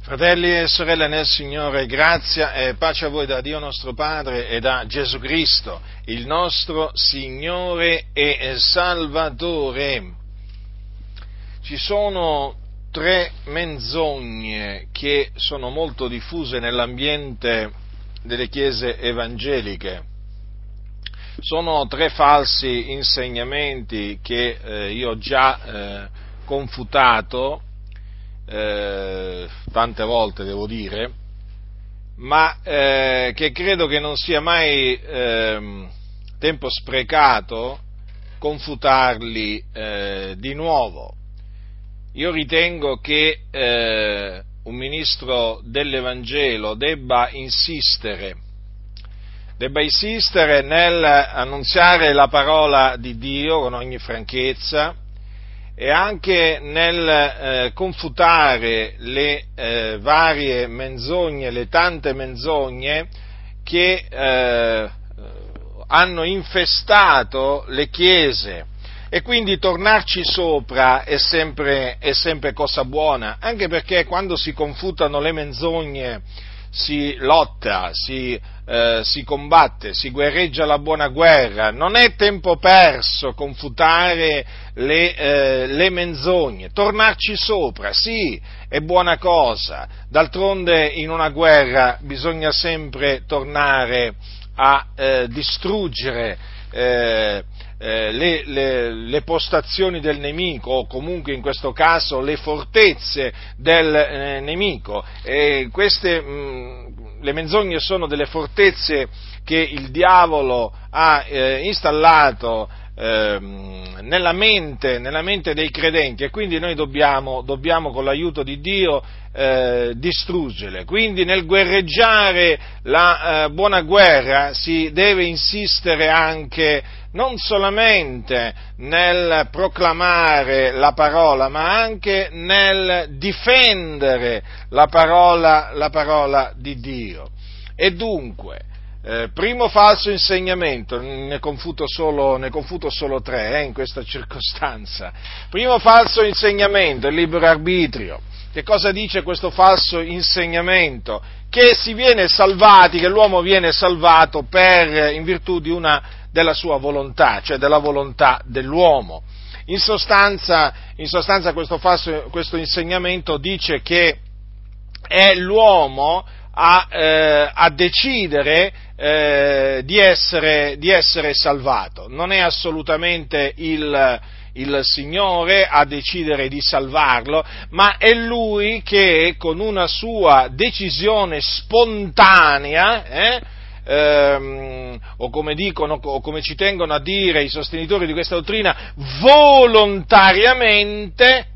Fratelli e sorelle nel Signore, grazia e pace a voi da Dio nostro Padre e da Gesù Cristo, il nostro Signore e Salvatore. Ci sono tre menzogne che sono molto diffuse nell'ambiente delle chiese evangeliche. Sono tre falsi insegnamenti che io ho già confutato tante volte, devo dire, ma che credo che non sia mai tempo sprecato confutarli di nuovo. Io ritengo che un ministro dell'Evangelo debba insistere nel annunziare la parola di Dio con ogni franchezza e anche nel confutare le varie menzogne, le tante menzogne che hanno infestato le chiese, e quindi tornarci sopra è sempre cosa buona, anche perché quando si confutano le menzogne si lotta, si combatte, si guerreggia la buona guerra. Non è tempo perso confutare le menzogne, tornarci sopra, sì, è buona cosa. D'altronde in una guerra bisogna sempre tornare a distruggere le postazioni del nemico, o comunque in questo caso le fortezze del nemico. Le menzogne sono delle fortezze che il diavolo ha installato nella mente dei credenti, e quindi noi dobbiamo con l'aiuto di Dio distruggerle. Quindi nel guerreggiare la buona guerra si deve insistere anche non solamente nel proclamare la parola, ma anche nel difendere la parola di Dio. E dunque, primo falso insegnamento, ne confuto solo tre in questa circostanza. Primo falso insegnamento, il libero arbitrio. Che cosa dice questo falso insegnamento? Che si viene salvati, che l'uomo viene salvato in virtù della sua volontà, cioè della volontà dell'uomo. In sostanza questo insegnamento dice che è l'uomo a decidere di essere salvato. Non è assolutamente il Signore a decidere di salvarlo, ma è Lui che con una sua decisione spontanea, o come ci tengono a dire i sostenitori di questa dottrina, volontariamente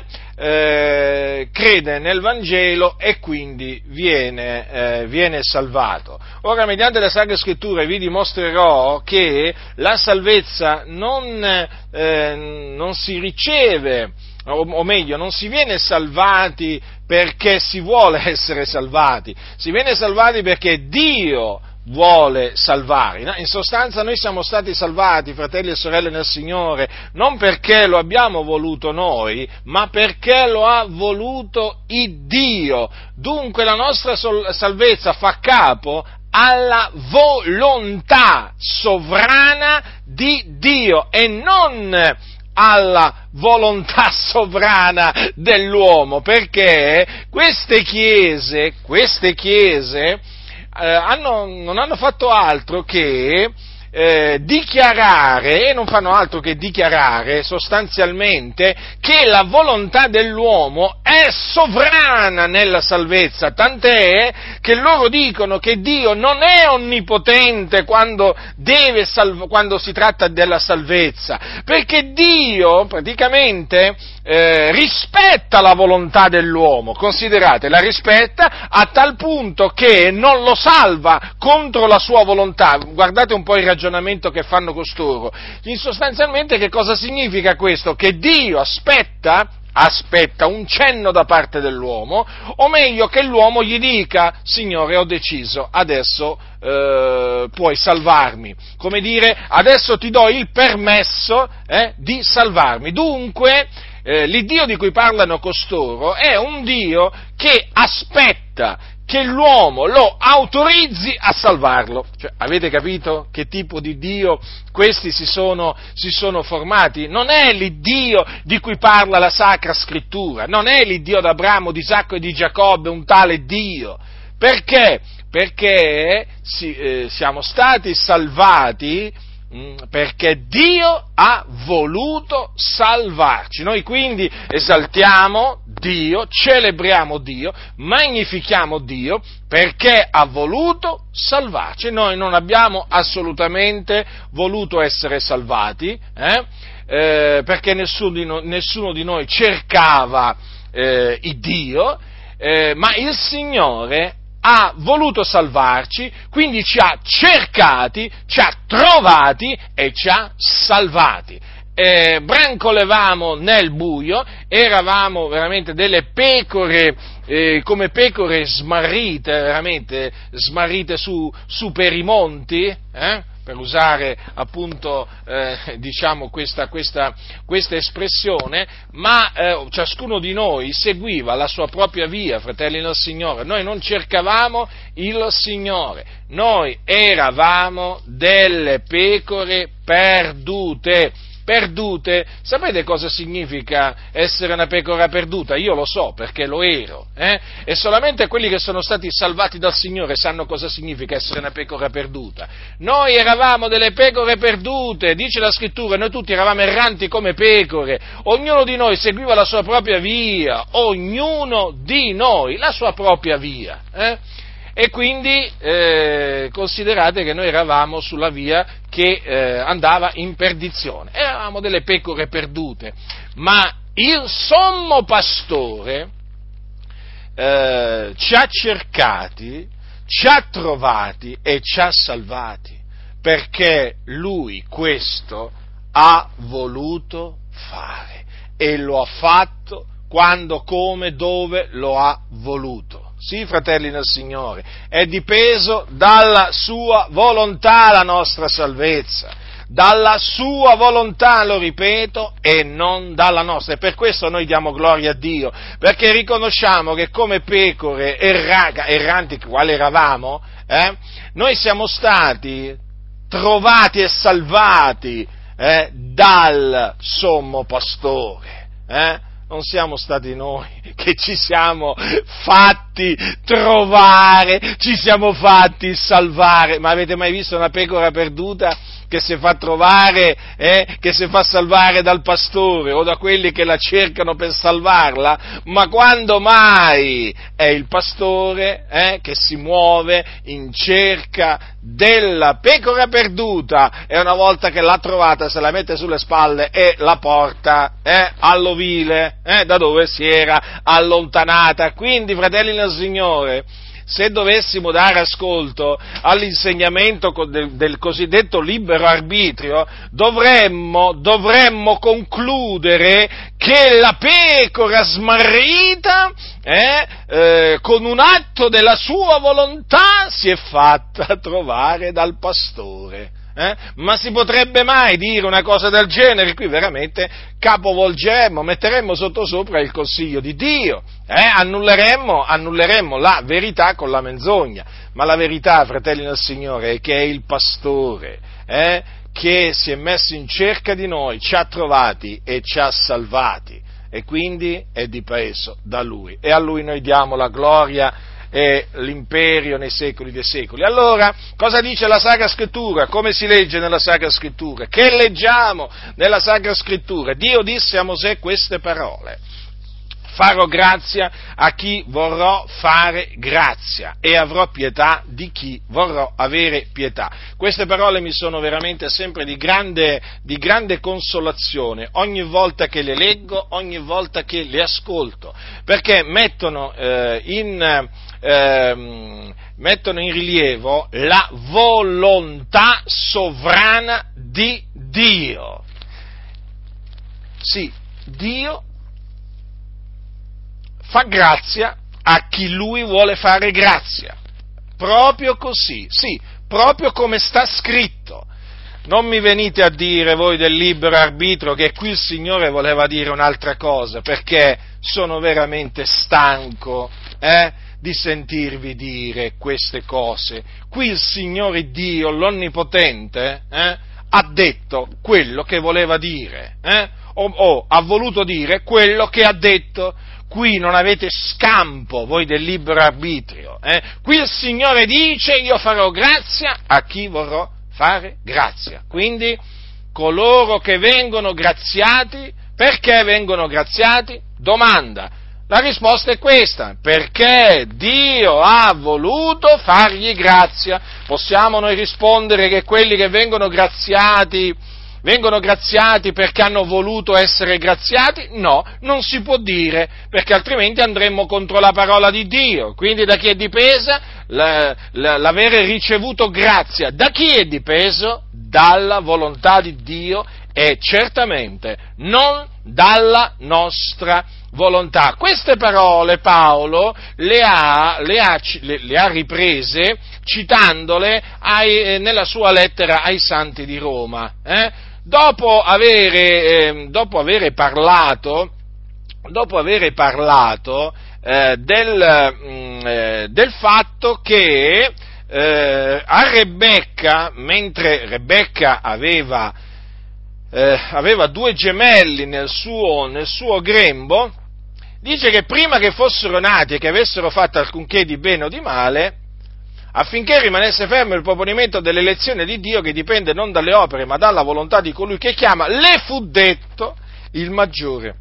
crede nel Vangelo e quindi viene salvato. Ora, mediante le Sacre Scritture vi dimostrerò che la salvezza non si riceve, o meglio, non si viene salvati perché si vuole essere salvati, si viene salvati perché Dio vuole salvare. In sostanza noi siamo stati salvati, fratelli e sorelle nel Signore, non perché lo abbiamo voluto noi, ma perché lo ha voluto il Dio. Dunque la nostra salvezza fa capo alla volontà sovrana di Dio e non alla volontà sovrana dell'uomo, perché queste chiese non hanno fatto altro che dichiarare, e non fanno altro che dichiarare sostanzialmente che la volontà dell'uomo è sovrana nella salvezza, tant'è che loro dicono che Dio non è onnipotente quando si tratta della salvezza, perché Dio praticamente rispetta la volontà dell'uomo, considerate, la rispetta a tal punto che non lo salva contro la sua volontà. Guardate un po' il ragionamento che fanno costoro. Sostanzialmente che cosa significa questo? Che Dio aspetta un cenno da parte dell'uomo, o meglio che l'uomo gli dica: Signore, ho deciso, adesso puoi salvarmi, come dire, adesso ti do il permesso di salvarmi. Dunque l'Iddio di cui parlano costoro è un Dio che aspetta che l'uomo lo autorizzi a salvarlo. Cioè, avete capito che tipo di Dio questi si sono formati? Non è l'Iddio di cui parla la Sacra Scrittura, non è l'Iddio d'Abramo, di Isacco e di Giacobbe, un tale Dio. Perché? Perché siamo stati salvati perché Dio ha voluto salvarci. Noi quindi esaltiamo Dio, celebriamo Dio, magnifichiamo Dio perché ha voluto salvarci. Noi non abbiamo assolutamente voluto essere salvati, perché nessuno di noi cercava il Dio, ma il Signore ha voluto salvarci, quindi ci ha cercati, ci ha trovati e ci ha salvati. Brancolevamo nel buio, eravamo veramente delle pecore, come pecore smarrite, veramente smarrite su per i monti, per usare appunto diciamo questa espressione, ma ciascuno di noi seguiva la sua propria via, fratelli del Signore. Noi non cercavamo il Signore, noi eravamo delle pecore perdute. Sapete cosa significa essere una pecora perduta? Io lo so perché lo ero, e solamente quelli che sono stati salvati dal Signore sanno cosa significa essere una pecora perduta. Noi eravamo delle pecore perdute, dice la Scrittura, noi tutti eravamo erranti come pecore, ognuno di noi seguiva la sua propria via, ognuno di noi la sua propria via, E quindi considerate che noi eravamo sulla via che andava in perdizione, eravamo delle pecore perdute, ma il sommo pastore ci ha cercati, ci ha trovati e ci ha salvati, perché lui questo ha voluto fare e lo ha fatto quando, come, dove lo ha voluto. Sì, fratelli nel Signore, è dipeso dalla sua volontà la nostra salvezza, dalla sua volontà, lo ripeto, e non dalla nostra. E per questo noi diamo gloria a Dio, perché riconosciamo che come pecore erranti, quali eravamo, noi siamo stati trovati e salvati dal sommo pastore, Non siamo stati noi che ci siamo fatti trovare, ci siamo fatti salvare. Ma avete mai visto una pecora perduta che si fa trovare, che si fa salvare dal pastore o da quelli che la cercano per salvarla? Ma quando mai è il pastore che si muove in cerca della pecora perduta e una volta che l'ha trovata se la mette sulle spalle e la porta all'ovile, da dove si era allontanata. Quindi, fratelli del Signore, se dovessimo dare ascolto all'insegnamento del cosiddetto libero arbitrio, dovremmo concludere che la pecora smarrita, con un atto della sua volontà, si è fatta trovare dal pastore. Ma si potrebbe mai dire una cosa del genere? Qui veramente capovolgeremmo, metteremmo sottosopra il consiglio di Dio, annulleremmo la verità con la menzogna. Ma la verità, fratelli del Signore, è che è il pastore che si è messo in cerca di noi, ci ha trovati e ci ha salvati, e quindi è dipeso da Lui, e a Lui noi diamo la gloria e l'imperio nei secoli dei secoli. Allora, cosa dice la Sacra Scrittura? Come si legge nella Sacra Scrittura? Che leggiamo nella Sacra Scrittura? Dio disse a Mosè queste parole: farò grazia a chi vorrò fare grazia e avrò pietà di chi vorrò avere pietà. Queste parole mi sono veramente sempre di grande consolazione ogni volta che le leggo, ogni volta che le ascolto, perché mettono in rilievo la volontà sovrana di Dio. Sì, Dio fa grazia a chi Lui vuole fare grazia, proprio così, sì, proprio come sta scritto. non mi venite a dire voi del libero arbitrio che qui il Signore voleva dire un'altra cosa, perché sono veramente stanco, di sentirvi dire queste cose. Qui il Signore Dio, l'Onnipotente, ha detto quello che voleva dire, o ha voluto dire quello che ha detto. Qui non avete scampo voi del libero arbitrio, Qui il Signore dice: io farò grazia a chi vorrò fare grazia. Quindi coloro che vengono graziati, perché vengono graziati? Domanda. La risposta è questa: perché Dio ha voluto fargli grazia. Possiamo noi rispondere che quelli che vengono graziati perché hanno voluto essere graziati? No, non si può dire, perché altrimenti andremmo contro la parola di Dio. Quindi da chi è dipesa l'avere ricevuto grazia? Da chi è dipeso? Dalla volontà di Dio e certamente non dalla nostra volontà. Queste parole Paolo le ha riprese citandole nella sua lettera ai Santi di Roma. Dopo avere parlato del fatto che a Rebecca, mentre Rebecca aveva 2 gemelli nel suo grembo, dice che prima che fossero nati e che avessero fatto alcunché di bene o di male, affinché rimanesse fermo il proponimento dell'elezione di Dio, che dipende non dalle opere ma dalla volontà di colui che chiama, le fu detto: il maggiore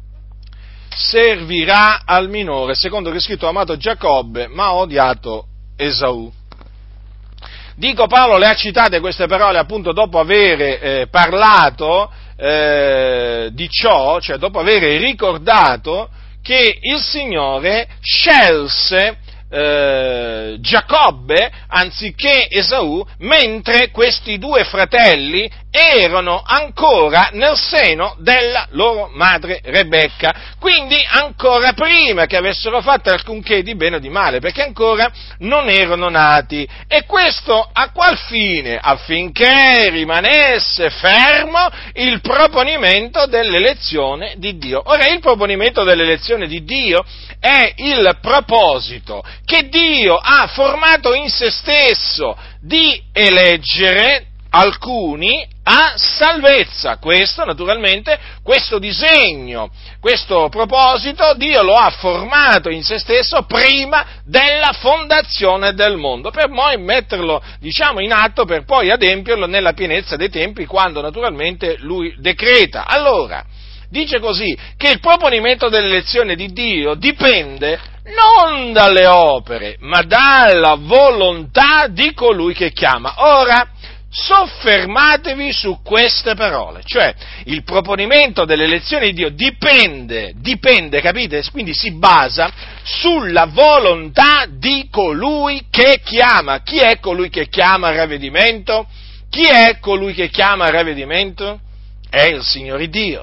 servirà al minore, secondo che è scritto: amato Giacobbe ma ha odiato Esaù. Dico, Paolo le ha citate queste parole appunto dopo aver parlato di ciò, cioè dopo aver ricordato che il Signore scelse Giacobbe anziché Esaù, mentre questi 2 fratelli erano ancora nel seno della loro madre Rebecca, quindi ancora prima che avessero fatto alcunché di bene o di male, perché ancora non erano nati. E questo a qual fine? Affinché rimanesse fermo il proponimento dell'elezione di Dio. Ora, il proponimento dell'elezione di Dio è il proposito che Dio ha formato in se stesso di eleggere alcuni a salvezza. Questo, naturalmente, questo disegno, questo proposito, Dio lo ha formato in se stesso prima della fondazione del mondo, per poi metterlo, in atto, per poi adempierlo nella pienezza dei tempi, quando naturalmente Lui decreta. Allora, dice così, che il proponimento dell'elezione di Dio dipende non dalle opere, ma dalla volontà di colui che chiama. Ora, soffermatevi su queste parole, cioè il proponimento dell'elezione di Dio dipende, capite? Quindi si basa sulla volontà di colui che chiama. Chi è colui che chiama al ravvedimento? Chi è colui che chiama al ravvedimento? È il Signore Dio.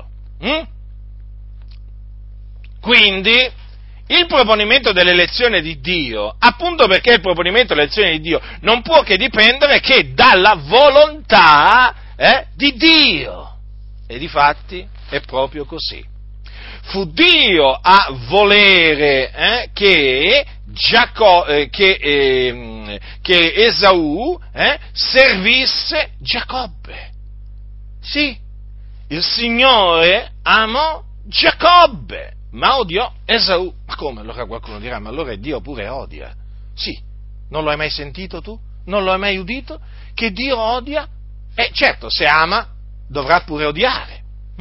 Quindi il proponimento dell'elezione di Dio, appunto perché il proponimento dell'elezione di Dio non può che dipendere che dalla volontà di Dio. E difatti è proprio così. Fu Dio a volere che Esaù servisse Giacobbe. Sì, il Signore amò Giacobbe, ma odiò Esaù. Ma come? Allora qualcuno dirà: ma allora Dio pure odia. Sì, non lo hai mai sentito tu? Non lo hai mai udito? Che Dio odia? Certo, se ama dovrà pure odiare.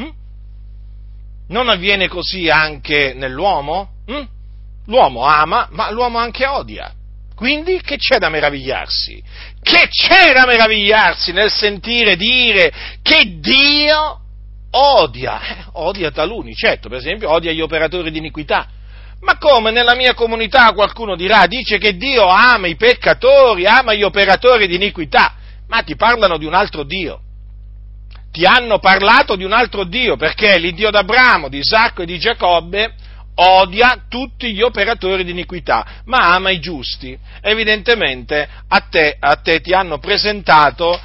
Non avviene così anche nell'uomo? L'uomo ama, ma l'uomo anche odia. Quindi che c'è da meravigliarsi? Che c'è da meravigliarsi nel sentire dire che Dio odia taluni? Certo, per esempio odia gli operatori di iniquità. Ma come nella mia comunità qualcuno dice che Dio ama i peccatori, ama gli operatori di iniquità? Ma ti parlano di un altro Dio. Ti hanno parlato di un altro Dio, perché l'Iddio d'Abramo, di Isacco e di Giacobbe odia tutti gli operatori di iniquità, ma ama i giusti. Evidentemente a te ti hanno presentato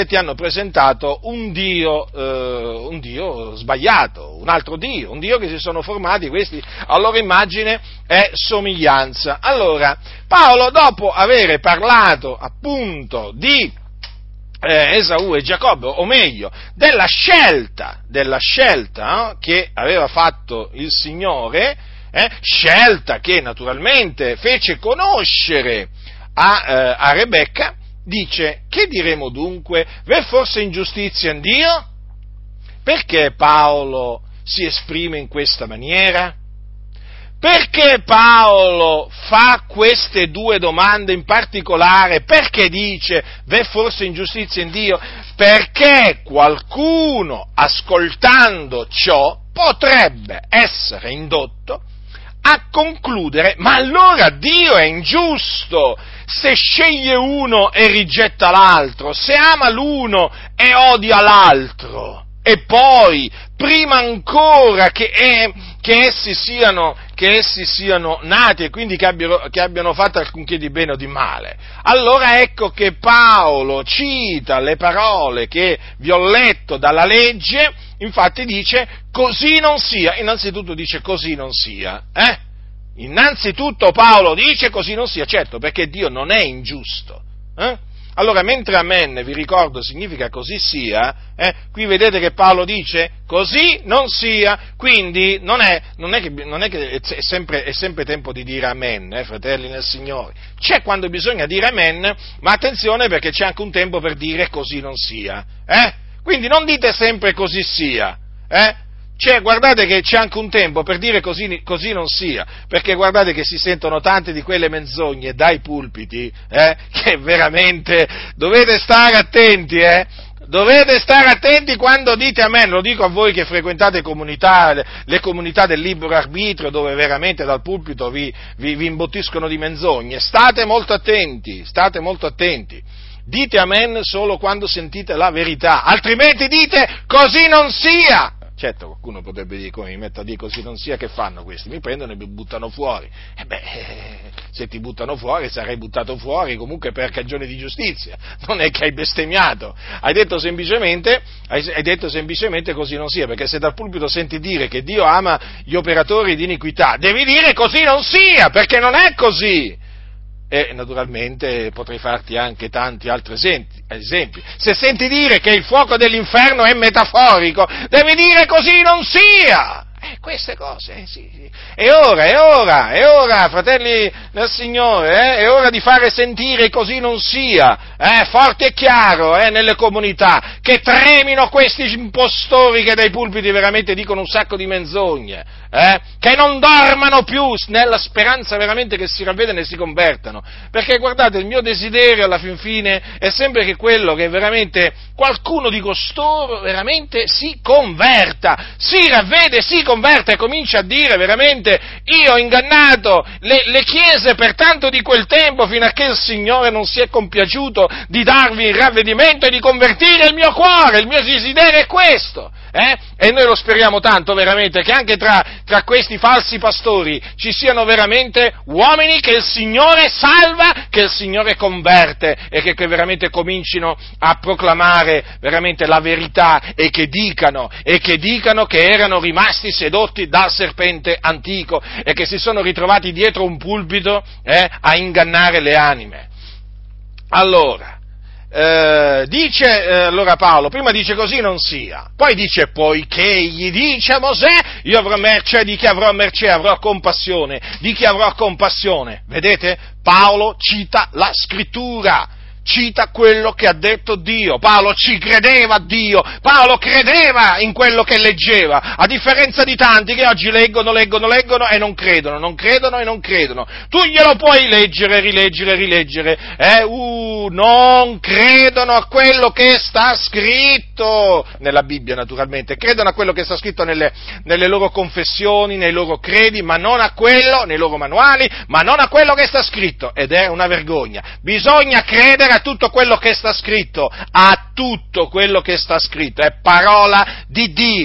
un Dio sbagliato, un altro Dio, un Dio che si sono formati questi a loro immagine e somiglianza. Allora, Paolo, dopo avere parlato appunto di Esaù e Giacobbe, o meglio, della scelta che aveva fatto il Signore, scelta che naturalmente fece conoscere a Rebecca, dice: che diremo dunque? V'è forse ingiustizia in Dio? Perché Paolo si esprime in questa maniera? Perché Paolo fa queste due domande in particolare? Perché dice: v'è forse ingiustizia in Dio? Perché qualcuno, ascoltando ciò, potrebbe essere indotto a concludere: ma allora Dio è ingiusto se sceglie uno e rigetta l'altro, se ama l'uno e odia l'altro. E poi, prima ancora che essi siano nati e quindi che abbiano fatto alcunché di bene o di male. Allora ecco che Paolo cita le parole che vi ho letto dalla legge, infatti dice: così non sia. Innanzitutto dice: così non sia. Innanzitutto Paolo dice: così non sia, certo, perché Dio non è ingiusto. Allora, mentre amen, vi ricordo, significa così sia, qui vedete che Paolo dice così non sia, quindi non è che è sempre tempo di dire amen, fratelli nel Signore. C'è quando bisogna dire amen, ma attenzione, perché c'è anche un tempo per dire così non sia, Quindi non dite sempre così sia, guardate che c'è anche un tempo per dire così non sia, perché guardate che si sentono tante di quelle menzogne dai pulpiti, che veramente dovete stare attenti, Dovete stare attenti quando dite amen, lo dico a voi che frequentate le comunità del libero arbitrio, dove veramente dal pulpito vi imbottiscono di menzogne. State molto attenti. Dite amen solo quando sentite la verità, altrimenti dite così non sia. Certo, qualcuno potrebbe dire: come mi metto a dire così non sia, che fanno questi? Mi prendono e mi buttano fuori. Se ti buttano fuori, sarai buttato fuori comunque per cagione di giustizia, non è che hai bestemmiato, hai detto semplicemente così non sia, perché se dal pulpito senti dire che Dio ama gli operatori di iniquità, devi dire così non sia, perché non è così. E naturalmente potrei farti anche tanti altri esempi. Se senti dire che il fuoco dell'inferno è metaforico, devi dire così non sia. Queste cose, sì. È ora, fratelli del Signore, è ora di fare sentire così non sia, forte e chiaro, nelle comunità, che tremino questi impostori che dai pulpiti veramente dicono un sacco di menzogne, che non dormano più nella speranza veramente che si ravvedano e si convertano, perché guardate, il mio desiderio alla fin fine è sempre che quello che veramente qualcuno di costoro veramente si converta, si ravvede, si converta e comincia a dire veramente: io ho ingannato le chiese per tanto di quel tempo fino a che il Signore non si è compiaciuto di darvi il ravvedimento e di convertire il mio cuore, il mio desiderio è questo. E noi lo speriamo tanto veramente che anche tra questi falsi pastori ci siano veramente uomini che il Signore salva, che il Signore converte e che veramente comincino a proclamare veramente la verità e che dicano che erano rimasti sedotti dal serpente antico e che si sono ritrovati dietro un pulpito a ingannare le anime. Allora Paolo, prima dice così non sia, poi dice: poiché egli dice a Mosè: io avrò mercé di chi avrò mercé, avrò compassione di chi avrò compassione. Vedete? Paolo cita la scrittura, cita quello che ha detto Dio. Paolo ci credeva a Dio, Paolo credeva in quello che leggeva, a differenza di tanti che oggi leggono e non credono. Tu glielo puoi leggere, rileggere, non credono a quello che sta scritto nella Bibbia, naturalmente, credono a quello che sta scritto nelle loro confessioni, nei loro credi, ma non a quello, nei loro manuali, ma non a quello che sta scritto, ed è una vergogna. Bisogna credere a tutto quello che sta scritto, è parola di Dio.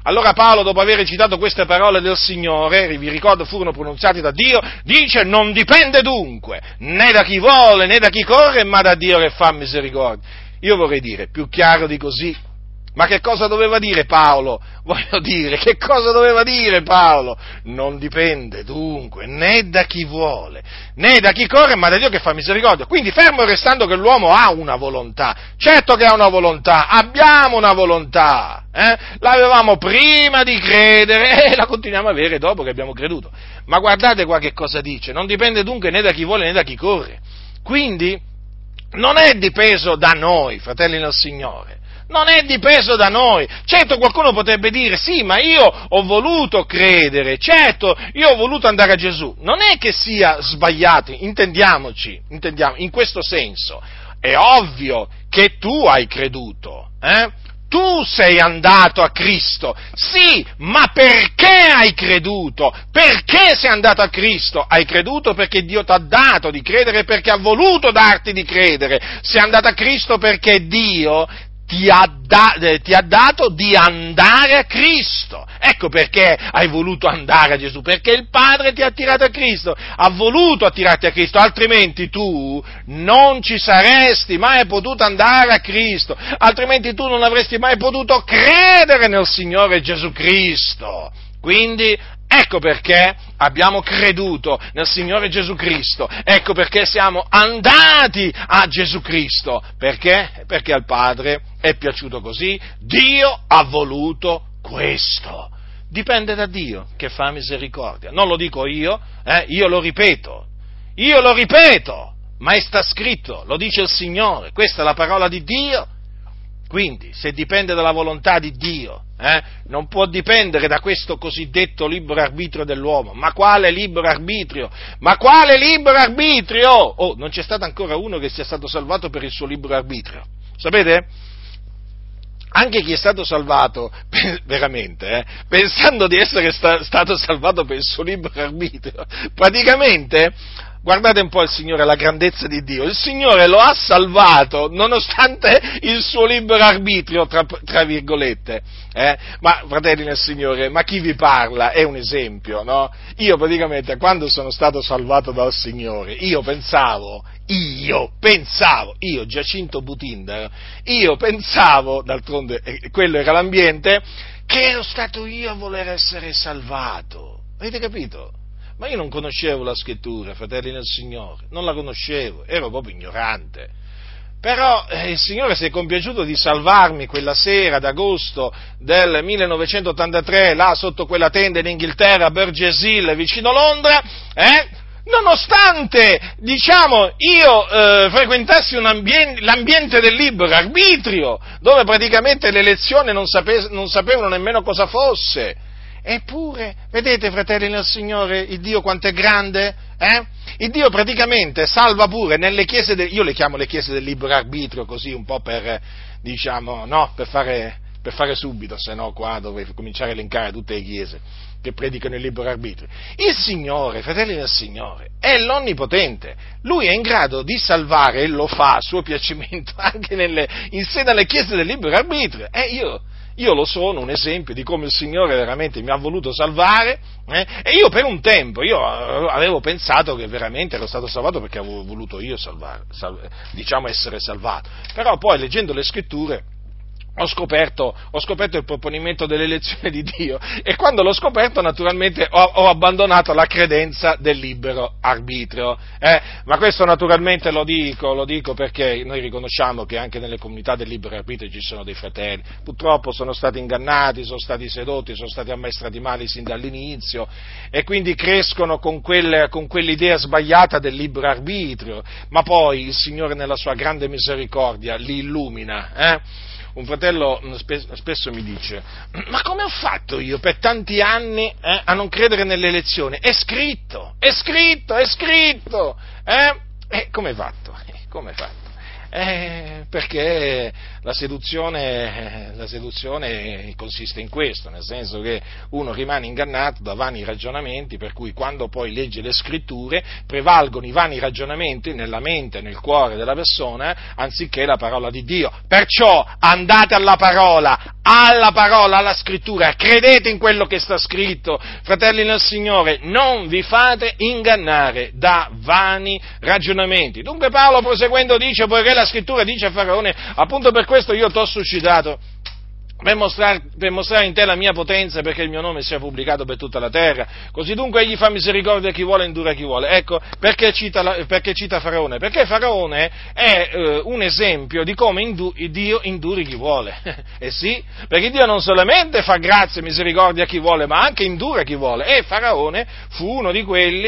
Allora Paolo, dopo aver citato queste parole del Signore, vi ricordo furono pronunziate da Dio, dice: non dipende dunque né da chi vuole né da chi corre, ma da Dio che fa misericordia. Io vorrei dire, più chiaro di così, ma che cosa doveva dire Paolo? Voglio dire, che cosa doveva dire Paolo? Non dipende dunque né da chi vuole, né da chi corre, ma da Dio che fa misericordia. Quindi fermo restando che l'uomo ha una volontà, certo che ha una volontà, abbiamo una volontà, l'avevamo prima di credere e la continuiamo a avere dopo che abbiamo creduto. Ma guardate qua che cosa dice, non dipende dunque né da chi vuole né da chi corre. Quindi non è dipeso da noi, fratelli del Signore. Non è dipeso da noi. Certo, qualcuno potrebbe dire: sì, ma io ho voluto credere, certo, io ho voluto andare a Gesù. Non è che sia sbagliato, intendiamo, in questo senso. È ovvio che tu hai creduto, Tu sei andato a Cristo, sì, ma perché hai creduto? Perché sei andato a Cristo? Hai creduto perché Dio ti ha dato di credere, perché ha voluto darti di credere. Sei andato a Cristo perché Dio ti ha dato di andare a Cristo. Ecco perché hai voluto andare a Gesù, perché il Padre ti ha attirato a Cristo, ha voluto attirarti a Cristo, altrimenti tu non ci saresti mai potuto andare a Cristo, altrimenti tu non avresti mai potuto credere nel Signore Gesù Cristo. Quindi ecco perché abbiamo creduto nel Signore Gesù Cristo, ecco perché siamo andati a Gesù Cristo, perché? Perché al Padre è piaciuto così, Dio ha voluto questo. Dipende da Dio che fa misericordia, non lo dico io lo ripeto, ma sta scritto, lo dice il Signore, questa è la parola di Dio. Quindi, se dipende dalla volontà di Dio, non può dipendere da questo cosiddetto libero arbitrio dell'uomo. Ma quale libero arbitrio? Oh, non c'è stato ancora uno che sia stato salvato per il suo libero arbitrio. Sapete? Anche chi è stato salvato veramente, pensando di essere stato salvato per il suo libero arbitrio, praticamente, guardate un po' il Signore, la grandezza di Dio, il Signore lo ha salvato nonostante il suo libero arbitrio, tra virgolette, ma fratelli nel Signore, ma chi vi parla è un esempio, no? Io praticamente quando sono stato salvato dal Signore, io pensavo, Giacinto Butinda, io pensavo, d'altronde quello era l'ambiente, che ero stato io a voler essere salvato, avete capito? Ma io non conoscevo la scrittura, fratelli nel Signore, non la conoscevo, ero proprio ignorante. Però il Signore si è compiaciuto di salvarmi quella sera d'agosto del 1983, là sotto quella tenda in Inghilterra, a Burgess Hill, vicino Londra, nonostante, io frequentassi l'ambiente del libero arbitrio, dove praticamente le elezioni non sapevano nemmeno cosa fosse. Eppure, vedete, fratelli nel Signore, il Dio quanto è grande? Il Dio praticamente salva pure nelle chiese, io le chiamo le chiese del libero arbitrio, così un po' per fare subito, se no qua dovrei cominciare a elencare tutte le chiese che predicano il libero arbitrio. Il Signore, fratelli del Signore, è l'Onnipotente, Lui è in grado di salvare, e lo fa a suo piacimento, anche in seno alle chiese del libero arbitrio, io lo sono un esempio di come il Signore veramente mi ha voluto salvare, e io per un tempo, avevo pensato che veramente ero stato salvato perché avevo voluto io essere salvato, però poi leggendo le scritture ho scoperto il proponimento dell'elezione di Dio, e quando l'ho scoperto naturalmente ho abbandonato la credenza del libero arbitrio, ma questo naturalmente lo dico perché noi riconosciamo che anche nelle comunità del libero arbitrio ci sono dei fratelli, purtroppo sono stati ingannati, sono stati sedotti, sono stati ammaestrati male sin dall'inizio, e quindi crescono con quell'idea sbagliata del libero arbitrio, ma poi il Signore nella sua grande misericordia li illumina, Un fratello spesso mi dice: ma come ho fatto io per tanti anni a non credere nelle elezioni? È scritto! Come hai fatto? Perché la seduzione consiste in questo, nel senso che uno rimane ingannato da vani ragionamenti, per cui quando poi legge le scritture prevalgono i vani ragionamenti nella mente, nel cuore della persona, anziché la parola di Dio. Perciò andate alla parola, alla scrittura, credete in quello che sta scritto, fratelli nel Signore, non vi fate ingannare da vani ragionamenti. Dunque Paolo, proseguendo, dice: poiché la scrittura dice a Faraone, appunto per questo io t'ho suscitato, per mostrare in te la mia potenza, perché il mio nome sia pubblicato per tutta la terra. Così dunque egli fa misericordia a chi vuole e indura a chi vuole. Ecco, perché cita Faraone? Perché Faraone è un esempio di come Dio induri chi vuole. Sì, perché Dio non solamente fa grazia e misericordia a chi vuole, ma anche indura chi vuole. E Faraone fu uno di quelli,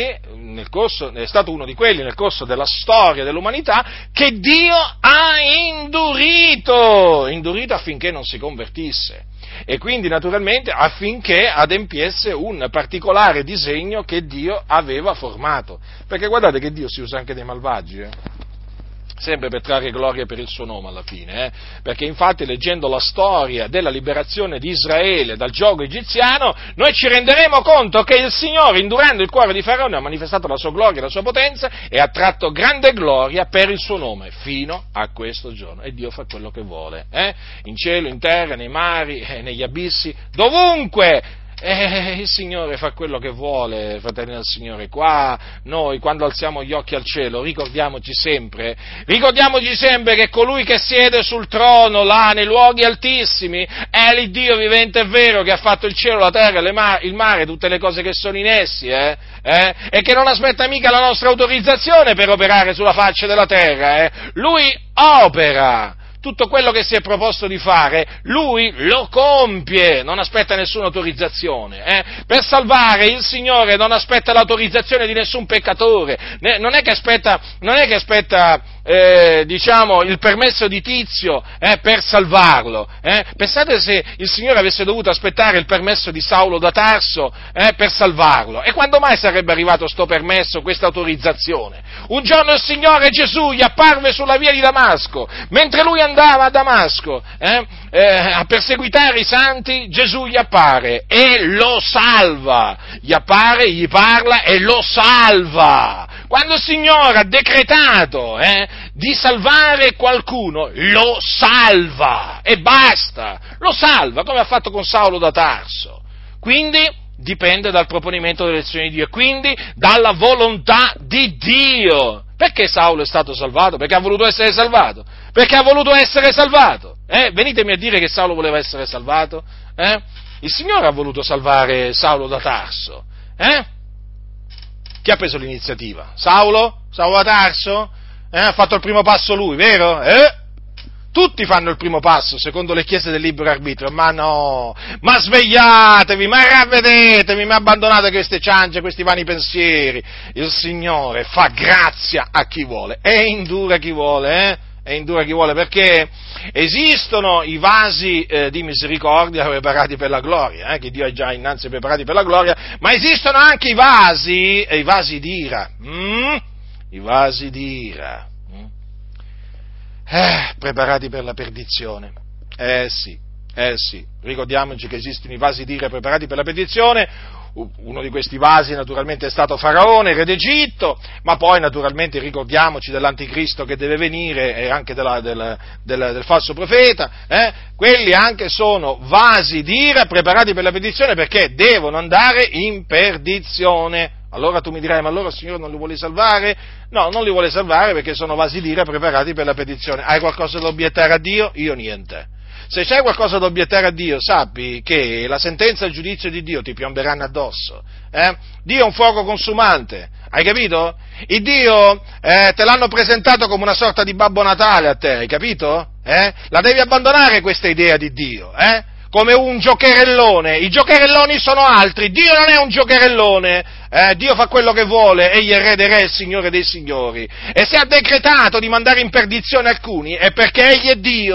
è stato uno di quelli nel corso della storia dell'umanità, che Dio ha indurito affinché non si convertisse. E quindi naturalmente affinché adempiesse un particolare disegno che Dio aveva formato, perché guardate che Dio si usa anche dei malvagi, sempre per trarre gloria per il suo nome alla fine, perché infatti leggendo la storia della liberazione di Israele dal giogo egiziano, noi ci renderemo conto che il Signore, indurando il cuore di Faraone, ha manifestato la sua gloria e la sua potenza e ha tratto grande gloria per il suo nome, fino a questo giorno. E Dio fa quello che vuole, in cielo, in terra, nei mari, negli abissi, dovunque. Il Signore fa quello che vuole, fratelli del Signore. Qua noi, quando alziamo gli occhi al cielo, ricordiamoci sempre che colui che siede sul trono là nei luoghi altissimi è l'Iddio vivente e vero, che ha fatto il cielo, la terra, il mare, tutte le cose che sono in essi, e che non aspetta mica la nostra autorizzazione per operare sulla faccia della terra, Lui opera. Tutto quello che si è proposto di fare, Lui lo compie, non aspetta nessuna autorizzazione. Per salvare il Signore non aspetta l'autorizzazione di nessun peccatore, non è che aspetta il permesso di Tizio per salvarlo. Pensate se il Signore avesse dovuto aspettare il permesso di Saulo da Tarso per salvarlo, e quando mai sarebbe arrivato sto permesso, questa autorizzazione? Un giorno il Signore Gesù gli apparve sulla via di Damasco, mentre lui andava a Damasco a perseguitare i santi, Gesù gli appare e lo salva, gli appare, gli parla e lo salva. Quando il Signore ha decretato di salvare qualcuno, lo salva e basta, lo salva, come ha fatto con Saulo da Tarso. Quindi dipende dal proponimento dell'elezione di Dio e quindi dalla volontà di Dio. Perché Saulo è stato salvato? Perché ha voluto essere salvato? Perché ha voluto essere salvato? Venitemi a dire che Saulo voleva essere salvato? Il Signore ha voluto salvare Saulo da Tarso. Chi ha preso l'iniziativa? Saulo? Saulo da Tarso? Ha fatto il primo passo lui, vero? Tutti fanno il primo passo, secondo le chiese del libero arbitrio, ma no, ma svegliatevi, ma ravvedetevi, ma abbandonate queste ciance, questi vani pensieri. Il Signore fa grazia a chi vuole e indura chi vuole, perché esistono i vasi di misericordia preparati per la gloria, che Dio ha già innanzi preparati per la gloria, ma esistono anche i vasi d'ira, i vasi d'ira. Preparati per la perdizione. Sì, ricordiamoci che esistono i vasi d'ira preparati per la perdizione. Uno di questi vasi naturalmente è stato Faraone, re d'Egitto, ma poi naturalmente ricordiamoci dell'anticristo che deve venire e anche del falso profeta, quelli anche sono vasi d'ira preparati per la perdizione, perché devono andare in perdizione. Allora tu mi dirai, ma allora il Signore non li vuole salvare? No, non li vuole salvare perché sono vasi d'ira preparati per la perdizione. Hai qualcosa da obiettare a Dio? Io niente. Se c'hai qualcosa da obiettare a Dio, sappi che la sentenza e il giudizio di Dio ti piomberanno addosso. Dio è un fuoco consumante, hai capito? Il Dio te l'hanno presentato come una sorta di Babbo Natale a te, hai capito? La devi abbandonare questa idea di Dio, come un giocherellone. I giocherelloni sono altri, Dio non è un giocherellone, Dio fa quello che vuole, egli è re dei re, il Signore dei signori, e se ha decretato di mandare in perdizione alcuni è perché egli è Dio,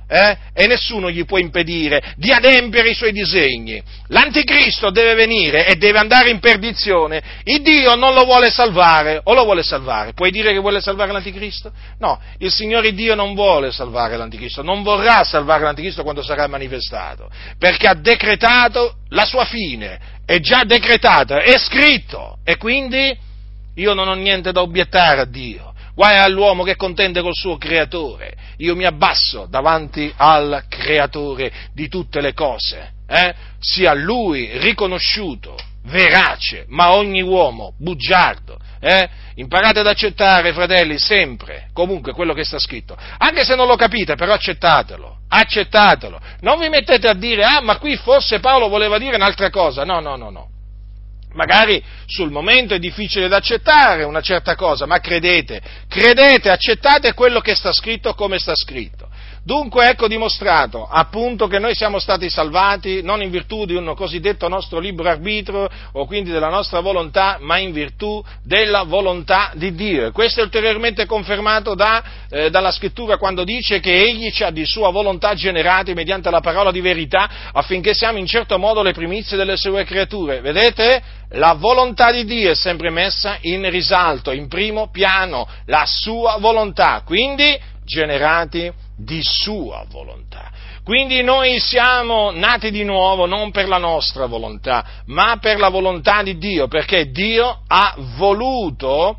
e nessuno gli può impedire di adempiere i suoi disegni. L'anticristo deve venire e deve andare in perdizione, il Dio non lo vuole salvare, o lo vuole salvare? Puoi dire che vuole salvare l'anticristo? No, il Signore Dio non vuole salvare l'anticristo, non vorrà salvare l'anticristo quando sarà manifestato, perché ha decretato la sua fine, è già decretata, è scritto, e quindi io non ho niente da obiettare a Dio. Guai all'uomo che contende col suo creatore. Io mi abbasso davanti al creatore di tutte le cose, sia lui riconosciuto, verace, ma ogni uomo bugiardo. Imparate ad accettare, fratelli, sempre, comunque, quello che sta scritto. Anche se non lo capite, però accettatelo. Non vi mettete a dire, ma qui forse Paolo voleva dire un'altra cosa. No. Magari sul momento è difficile da accettare una certa cosa, ma credete, accettate quello che sta scritto come sta scritto. Dunque ecco dimostrato appunto che noi siamo stati salvati non in virtù di un cosiddetto nostro libero arbitrio o quindi della nostra volontà, ma in virtù della volontà di Dio. E questo è ulteriormente confermato dalla Scrittura quando dice che Egli ci ha di sua volontà generati mediante la parola di verità affinché siamo in certo modo le primizie delle sue creature. Vedete? La volontà di Dio è sempre messa in risalto, in primo piano, la sua volontà, quindi generati di sua volontà. Quindi noi siamo nati di nuovo non per la nostra volontà, ma per la volontà di Dio, perché Dio ha voluto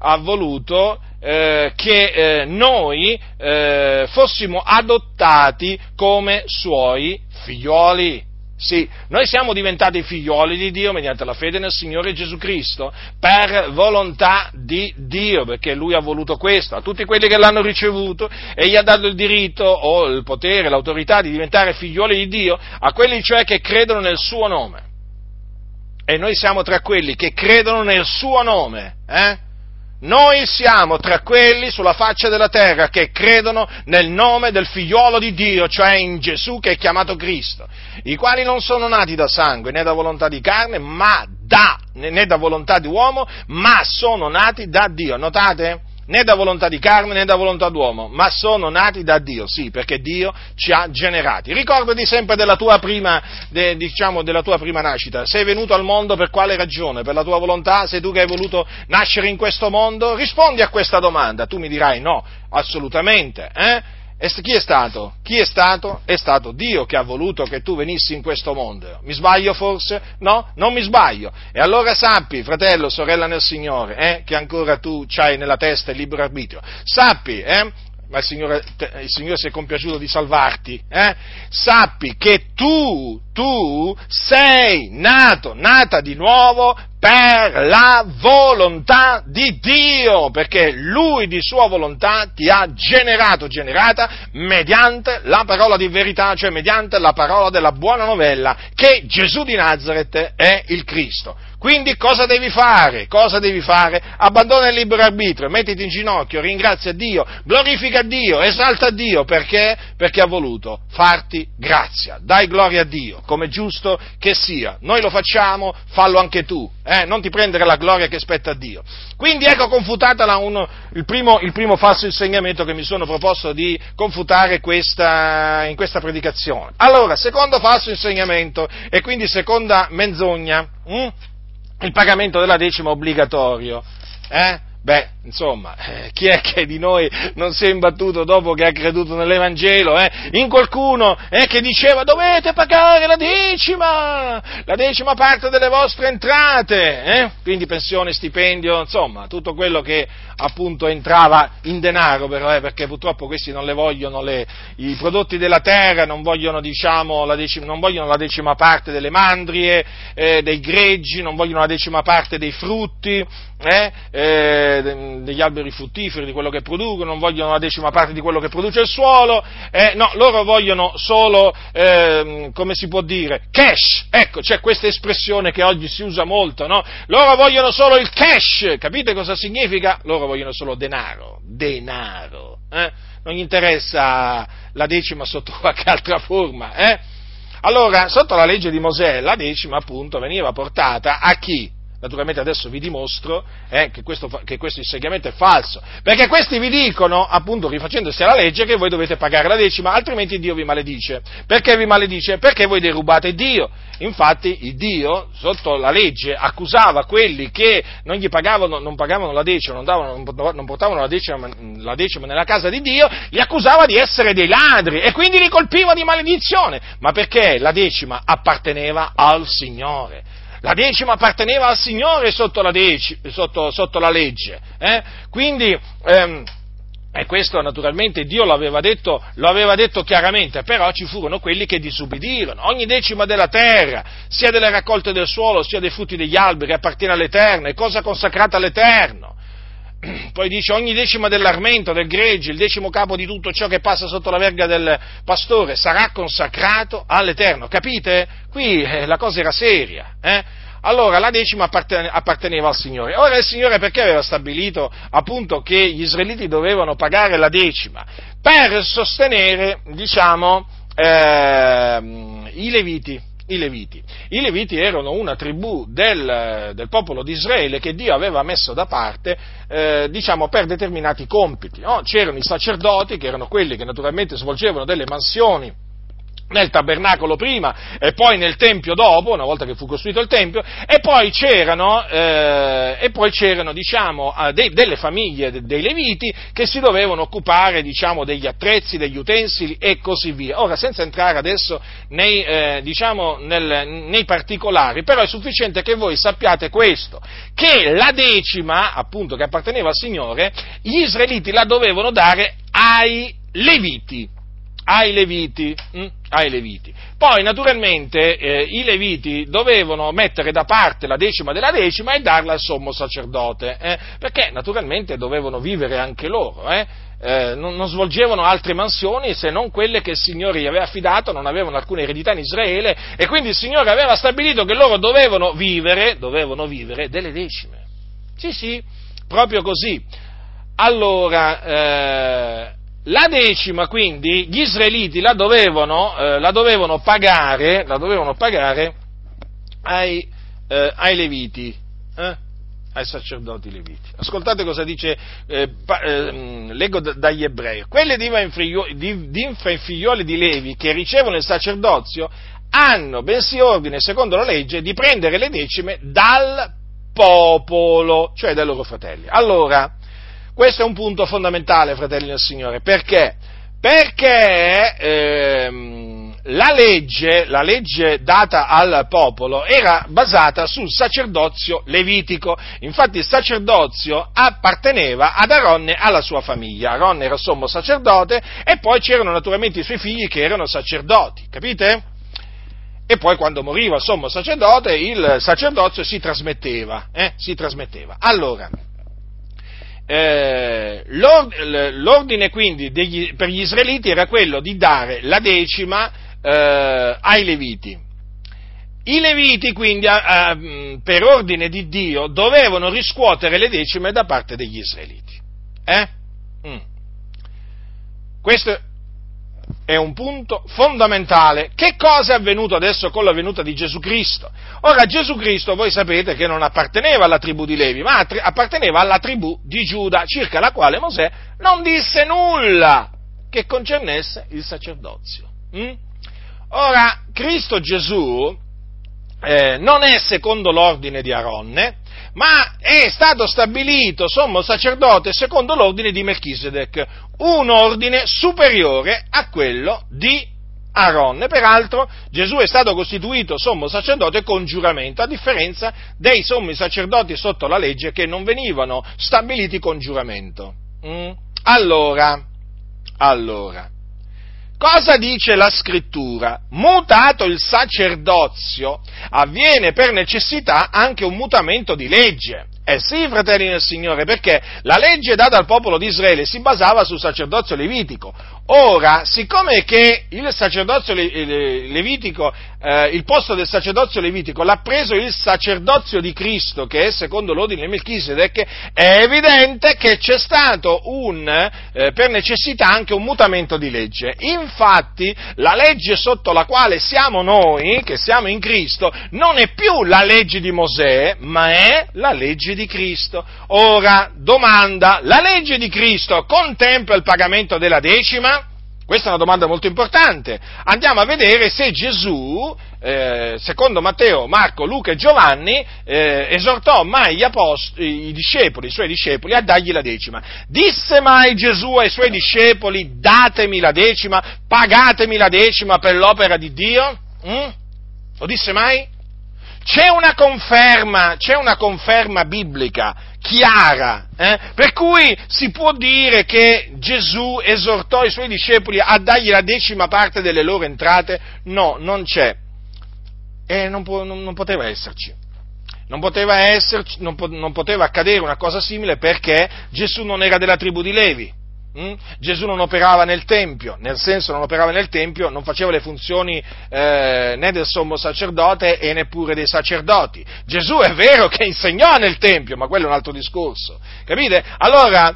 che noi fossimo adottati come suoi figlioli. Sì, noi siamo diventati figlioli di Dio mediante la fede nel Signore Gesù Cristo, per volontà di Dio, perché Lui ha voluto questo. A tutti quelli che l'hanno ricevuto e gli ha dato il diritto o il potere, l'autorità di diventare figlioli di Dio, a quelli cioè che credono nel suo nome. E noi siamo tra quelli che credono nel suo nome, Noi siamo tra quelli sulla faccia della terra che credono nel nome del figliolo di Dio, cioè in Gesù che è chiamato Cristo, i quali non sono nati da sangue né da volontà di carne, né da volontà di uomo, ma sono nati da Dio. Notate? Né da volontà di carne né da volontà d'uomo, ma sono nati da Dio, sì, perché Dio ci ha generati. Ricordati sempre della tua prima nascita. Sei venuto al mondo per quale ragione? Per la tua volontà? Sei tu che hai voluto nascere in questo mondo? Rispondi a questa domanda. Tu mi dirai no, assolutamente, E chi è stato? Chi è stato? È stato Dio che ha voluto che tu venissi in questo mondo. Mi sbaglio forse? No? Non mi sbaglio. E allora sappi, fratello, sorella nel Signore, che ancora tu c'hai nella testa il libero arbitrio. Sappi, ma il Signore si è compiaciuto di salvarti, sappi che tu sei nata di nuovo per la volontà di Dio, perché Lui di sua volontà ti ha generata mediante la parola di verità, cioè mediante la parola della buona novella, che Gesù di Nazaret è il Cristo. Quindi cosa devi fare? Abbandona il libero arbitrio, mettiti in ginocchio, ringrazia Dio, glorifica Dio, esalta Dio, perché ha voluto farti grazia. Dai gloria a Dio, come giusto che sia. Noi lo facciamo, fallo anche tu, non ti prendere la gloria che spetta a Dio. Quindi ecco confutata il primo falso insegnamento che mi sono proposto di confutare in questa predicazione. Allora, secondo falso insegnamento, e quindi seconda menzogna, il pagamento della decima obbligatorio, chi è che di noi non si è imbattuto dopo che ha creduto nell'Evangelo, in qualcuno che diceva dovete pagare la decima parte delle vostre entrate, quindi pensione, stipendio, insomma, tutto quello che appunto entrava in denaro, però, perché purtroppo questi non le vogliono i prodotti della terra, non vogliono la decima parte delle mandrie, dei greggi, non vogliono la decima parte dei frutti, degli alberi fruttiferi, di quello che producono, non vogliono la decima parte di quello che produce il suolo, no, loro vogliono solo, come si può dire, cash, ecco, c'è questa espressione che oggi si usa molto, no? Loro vogliono solo il cash, capite cosa significa? Loro vogliono solo denaro, non gli interessa la decima sotto qualche altra forma, Allora, sotto la legge di Mosè, la decima appunto veniva portata a chi? Naturalmente adesso vi dimostro che questo insegnamento è falso, perché questi vi dicono, appunto rifacendosi alla legge, che voi dovete pagare la decima, altrimenti Dio vi maledice. Perché vi maledice? Perché voi derubate Dio. Infatti il Dio, sotto la legge, accusava quelli che non pagavano la decima, non portavano la decima nella casa di Dio, li accusava di essere dei ladri e quindi li colpiva di maledizione. Ma perché la decima apparteneva al Signore? La decima apparteneva al Signore sotto la legge. Quindi, e questo naturalmente Dio lo aveva detto chiaramente, però ci furono quelli che disubbidirono. Ogni decima della terra, sia delle raccolte del suolo, sia dei frutti degli alberi, appartiene all'Eterno, è cosa consacrata all'Eterno. Poi dice ogni decima dell'armento, del gregge, il decimo capo di tutto ciò che passa sotto la verga del pastore sarà consacrato all'Eterno. Capite? Qui la cosa era seria. Allora la decima apparteneva al Signore. Ora il Signore perché aveva stabilito appunto che gli israeliti dovevano pagare la decima? Per sostenere, i Leviti. I Leviti erano una tribù del popolo di Israele che Dio aveva messo da parte, per determinati compiti. No? C'erano i sacerdoti, che erano quelli che naturalmente svolgevano delle mansioni nel tabernacolo prima e poi nel tempio dopo, una volta che fu costruito il tempio, e poi c'erano delle famiglie dei Leviti che si dovevano occupare, degli attrezzi, degli utensili e così via. Ora, senza entrare adesso nei particolari, però è sufficiente che voi sappiate questo, che la decima, appunto, che apparteneva al Signore, gli israeliti la dovevano dare ai Leviti. Poi naturalmente i Leviti dovevano mettere da parte la decima della decima e darla al sommo sacerdote, perché naturalmente dovevano vivere anche loro, non svolgevano altre mansioni se non quelle che il Signore gli aveva affidato, non avevano alcuna eredità in Israele e quindi il Signore aveva stabilito che loro dovevano vivere delle decime. Sì, proprio così. Allora, la decima, quindi, gli israeliti la dovevano pagare ai Leviti, ai sacerdoti Leviti. Ascoltate cosa dice, leggo dagli Ebrei. Quelle d'infa e figlioli di Levi che ricevono il sacerdozio hanno bensì ordine, secondo la legge, di prendere le decime dal popolo, cioè dai loro fratelli. Allora, questo è un punto fondamentale, fratelli del Signore, perché? Perché la legge data al popolo era basata sul sacerdozio levitico, infatti il sacerdozio apparteneva ad Aronne e alla sua famiglia. Aronne era sommo sacerdote e poi c'erano naturalmente i suoi figli che erano sacerdoti, capite? E poi quando moriva il sommo sacerdote il sacerdozio si trasmetteva. Allora, l'ordine quindi per gli israeliti era quello di dare la decima ai Leviti. I Leviti quindi per ordine di Dio dovevano riscuotere le decime da parte degli israeliti. Questo è un punto fondamentale. Che cosa è avvenuto adesso con la venuta di Gesù Cristo? Ora, Gesù Cristo, voi sapete che non apparteneva alla tribù di Levi, ma apparteneva alla tribù di Giuda, circa la quale Mosè non disse nulla che concernesse il sacerdozio. Ora, Cristo Gesù non è secondo l'ordine di Aronne, ma è stato stabilito sommo sacerdote secondo l'ordine di Melchisedec, un ordine superiore a quello di Aronne. Peraltro Gesù è stato costituito sommo sacerdote con giuramento, a differenza dei sommi sacerdoti sotto la legge che non venivano stabiliti con giuramento. Allora, cosa dice la Scrittura? Mutato il sacerdozio, avviene per necessità anche un mutamento di legge. Eh sì, fratelli nel Signore, perché la legge data al popolo di Israele si basava sul sacerdozio levitico. Ora, siccome che il sacerdozio levitico, il posto del sacerdozio levitico l'ha preso il sacerdozio di Cristo, che è secondo l'ordine di Melchisedec, è evidente che c'è stato per necessità anche un mutamento di legge. Infatti, la legge sotto la quale siamo noi, che siamo in Cristo, non è più la legge di Mosè, ma è la legge di Cristo. Ora, domanda, la legge di Cristo contempla il pagamento della decima? Questa è una domanda molto importante. Andiamo a vedere se Gesù, secondo Matteo, Marco, Luca e Giovanni, esortò mai i suoi discepoli, a dargli la decima. Disse mai Gesù ai suoi discepoli: datemi la decima, pagatemi la decima per l'opera di Dio? Lo disse mai? C'è una conferma biblica chiara, per cui si può dire che Gesù esortò i suoi discepoli a dargli la decima parte delle loro entrate? No, non c'è. E non poteva esserci. Non poteva accadere una cosa simile, perché Gesù non era della tribù di Levi. Gesù non operava nel Tempio, non faceva le funzioni né del sommo sacerdote e neppure dei sacerdoti. Gesù è vero che insegnò nel Tempio, ma quello è un altro discorso, capite? Allora,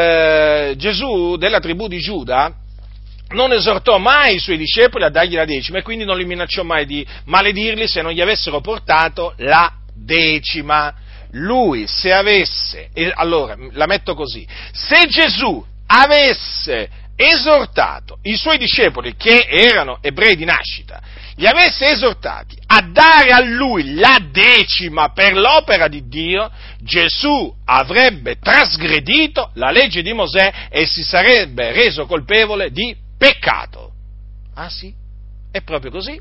Gesù della tribù di Giuda non esortò mai i suoi discepoli a dargli la decima, e quindi non li minacciò mai di maledirli se non gli avessero portato la decima. Lui, allora, la metto così, se Gesù avesse esortato i suoi discepoli, che erano ebrei di nascita, li avesse esortati a dare a lui la decima per l'opera di Dio, Gesù avrebbe trasgredito la legge di Mosè e si sarebbe reso colpevole di peccato. Ah sì? È proprio così.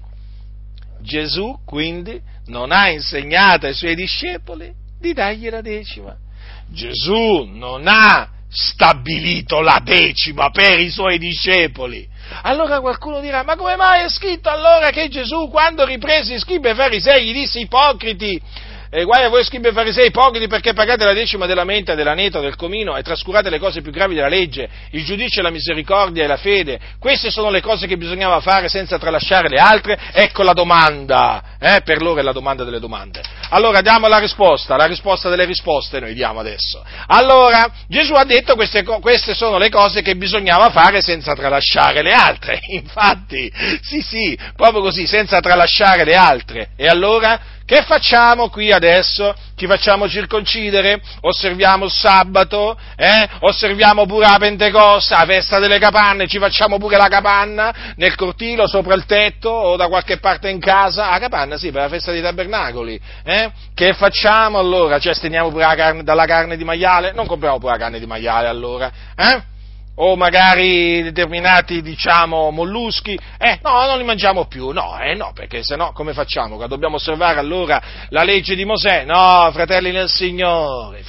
Gesù quindi non ha insegnato ai suoi discepoli di dargli la decima. Gesù non ha stabilito la decima per i suoi discepoli. Allora qualcuno dirà: ma come mai è scritto allora che Gesù, quando riprese i scribi e farisei, gli disse: ipocriti, guai a voi scribi e farisei ipocriti, perché pagate la decima della menta, dell'aneto, del comino e trascurate le cose più gravi della legge, il giudizio, la misericordia e la fede. Queste sono le cose che bisognava fare senza tralasciare le altre. Ecco la domanda, per loro è la domanda delle domande. Allora diamo la risposta delle risposte noi diamo adesso. Allora, Gesù ha detto queste sono le cose che bisognava fare senza tralasciare le altre. Infatti, sì, proprio così, senza tralasciare le altre. E allora, che facciamo qui adesso? Ci facciamo circoncidere? Osserviamo il sabato? Osserviamo pure la Pentecoste, la festa delle capanne? Ci facciamo pure la capanna nel cortile o sopra il tetto o da qualche parte in casa? La capanna sì, per la festa dei tabernacoli. Che facciamo allora? Ci asteniamo pure dalla carne di maiale? Non compriamo pure la carne di maiale allora? O magari determinati, molluschi, no, non li mangiamo più, no, perché sennò come facciamo? Dobbiamo osservare allora la legge di Mosè? No, fratelli nel Signore,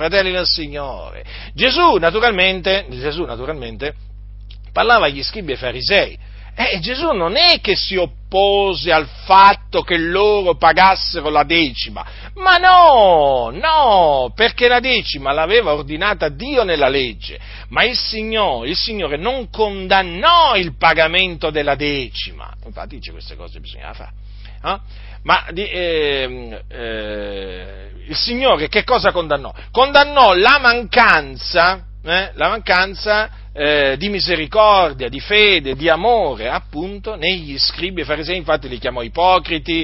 Gesù naturalmente parlava agli scribi e farisei. Gesù non è che si oppose al fatto che loro pagassero la decima, ma no, perché la decima l'aveva ordinata Dio nella legge, ma il Signore non condannò il pagamento della decima. Infatti dice queste cose bisognava fare. Ma il Signore che cosa condannò? Condannò la mancanza di misericordia, di fede, di amore, appunto, negli scribi e farisei. Infatti li chiamò ipocriti,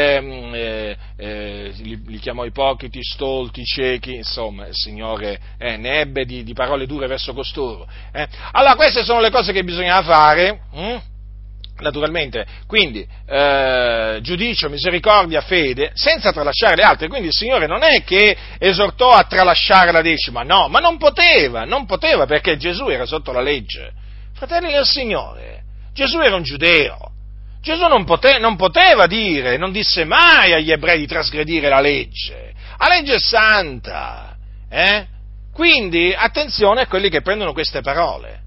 stolti, ciechi, insomma, il Signore ne ebbe di parole dure verso costoro. Allora, queste sono le cose che bisognava fare, naturalmente, quindi giudizio, misericordia, fede, senza tralasciare le altre. Quindi il Signore non è che esortò a tralasciare la decima, no, ma non poteva perché Gesù era sotto la legge. Fratelli del Signore, Gesù era un giudeo, Gesù non poteva dire, non disse mai agli ebrei di trasgredire la legge è santa, Quindi attenzione a quelli che prendono queste parole.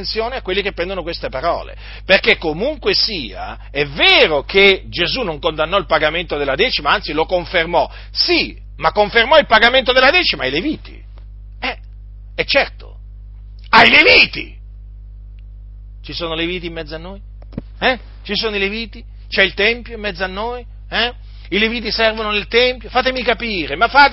Perché comunque sia, è vero che Gesù non condannò il pagamento della decima, anzi lo confermò. Sì, Ma confermò il pagamento della decima ai Leviti. E certo, ai Leviti! Ci sono Leviti in mezzo a noi? Ci sono i Leviti? C'è il Tempio in mezzo a noi? I Leviti servono nel Tempio? Fatemi capire!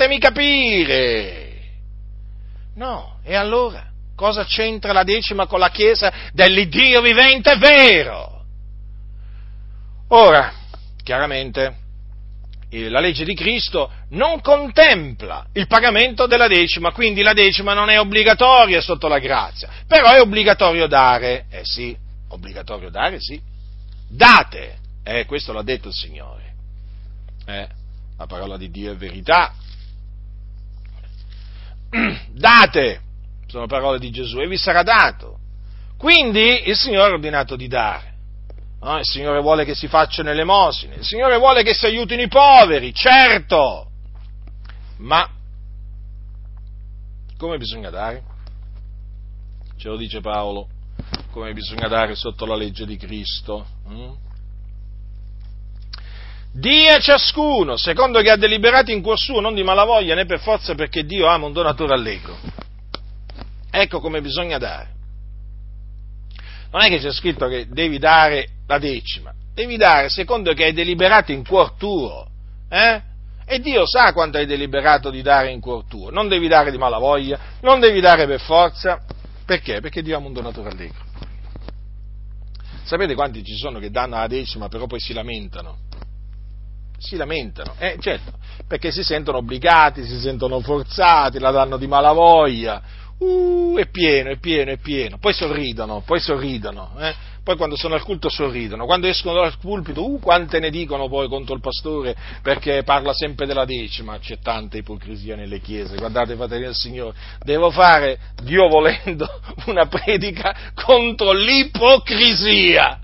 No, e allora? Cosa c'entra la decima con la Chiesa dell'Iddio vivente? È vero! Ora, chiaramente, la legge di Cristo non contempla il pagamento della decima, quindi la decima non è obbligatoria sotto la grazia, però è obbligatorio dare, sì, obbligatorio dare, sì, date, questo l'ha detto il Signore, la parola di Dio è verità, date, sono parole di Gesù, e vi sarà dato, quindi il Signore ha ordinato di dare. No, il Signore vuole che si facciano elemosine, il Signore vuole che si aiutino i poveri, certo, ma come bisogna dare? Ce lo dice Paolo, come bisogna dare sotto la legge di Cristo. Dia ciascuno, secondo che ha deliberato in cuor suo, non di malavoglia né per forza, perché Dio ama un donatore allegro. Ecco come bisogna dare. Non è che c'è scritto che devi dare la decima, devi dare secondo che hai deliberato in cuor tuo, E Dio sa quanto hai deliberato di dare in cuor tuo, non devi dare di malavoglia, non devi dare per forza, perché? Perché Dio ama un donatore allegro. Sapete quanti ci sono che danno la decima però poi si lamentano? Certo, perché si sentono obbligati, si sentono forzati, la danno di malavoglia, è pieno, poi sorridono, poi quando sono al culto sorridono, quando escono dal pulpito, quante ne dicono poi contro il pastore perché parla sempre della decima, c'è tanta ipocrisia nelle chiese, guardate fratelli del Signore, devo fare, Dio volendo, una predica contro l'ipocrisia,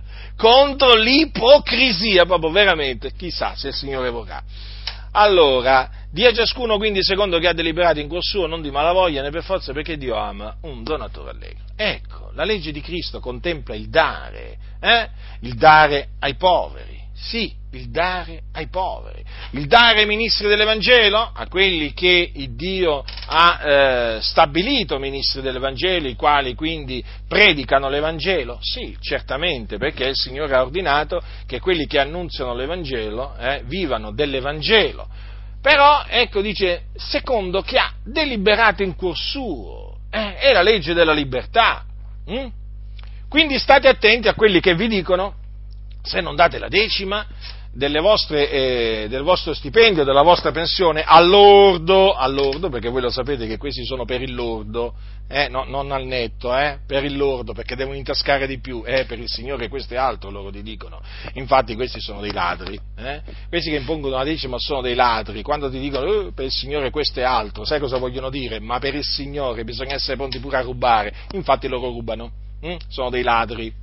proprio veramente, chissà se il Signore vorrà. Allora, dia ciascuno quindi secondo che ha deliberato in cuor suo, non di malavoglia né per forza, perché Dio ama un donatore allegro. Ecco, la legge di Cristo contempla il dare ai poveri, sì, il dare ai poveri, il dare ai ministri dell'Evangelo, a quelli che il Dio ha stabilito ministri dell'Evangelo, i quali quindi predicano l'Evangelo, sì, certamente, perché il Signore ha ordinato che quelli che annunziano l'Evangelo vivano dell'Evangelo, però, ecco, dice, secondo che ha deliberato in cuor suo, è la legge della libertà, quindi state attenti a quelli che vi dicono, se non date la decima del vostro stipendio, della vostra pensione, all'ordo, perché voi lo sapete che questi sono per il lordo, non al netto, per il lordo, perché devono intascare di più, per il Signore questo è altro, loro ti dicono, infatti questi sono dei ladri, questi che impongono la decima sono dei ladri, quando ti dicono, per il Signore questo è altro, sai cosa vogliono dire? Ma per il Signore bisogna essere pronti pure a rubare, infatti loro rubano, sono dei ladri.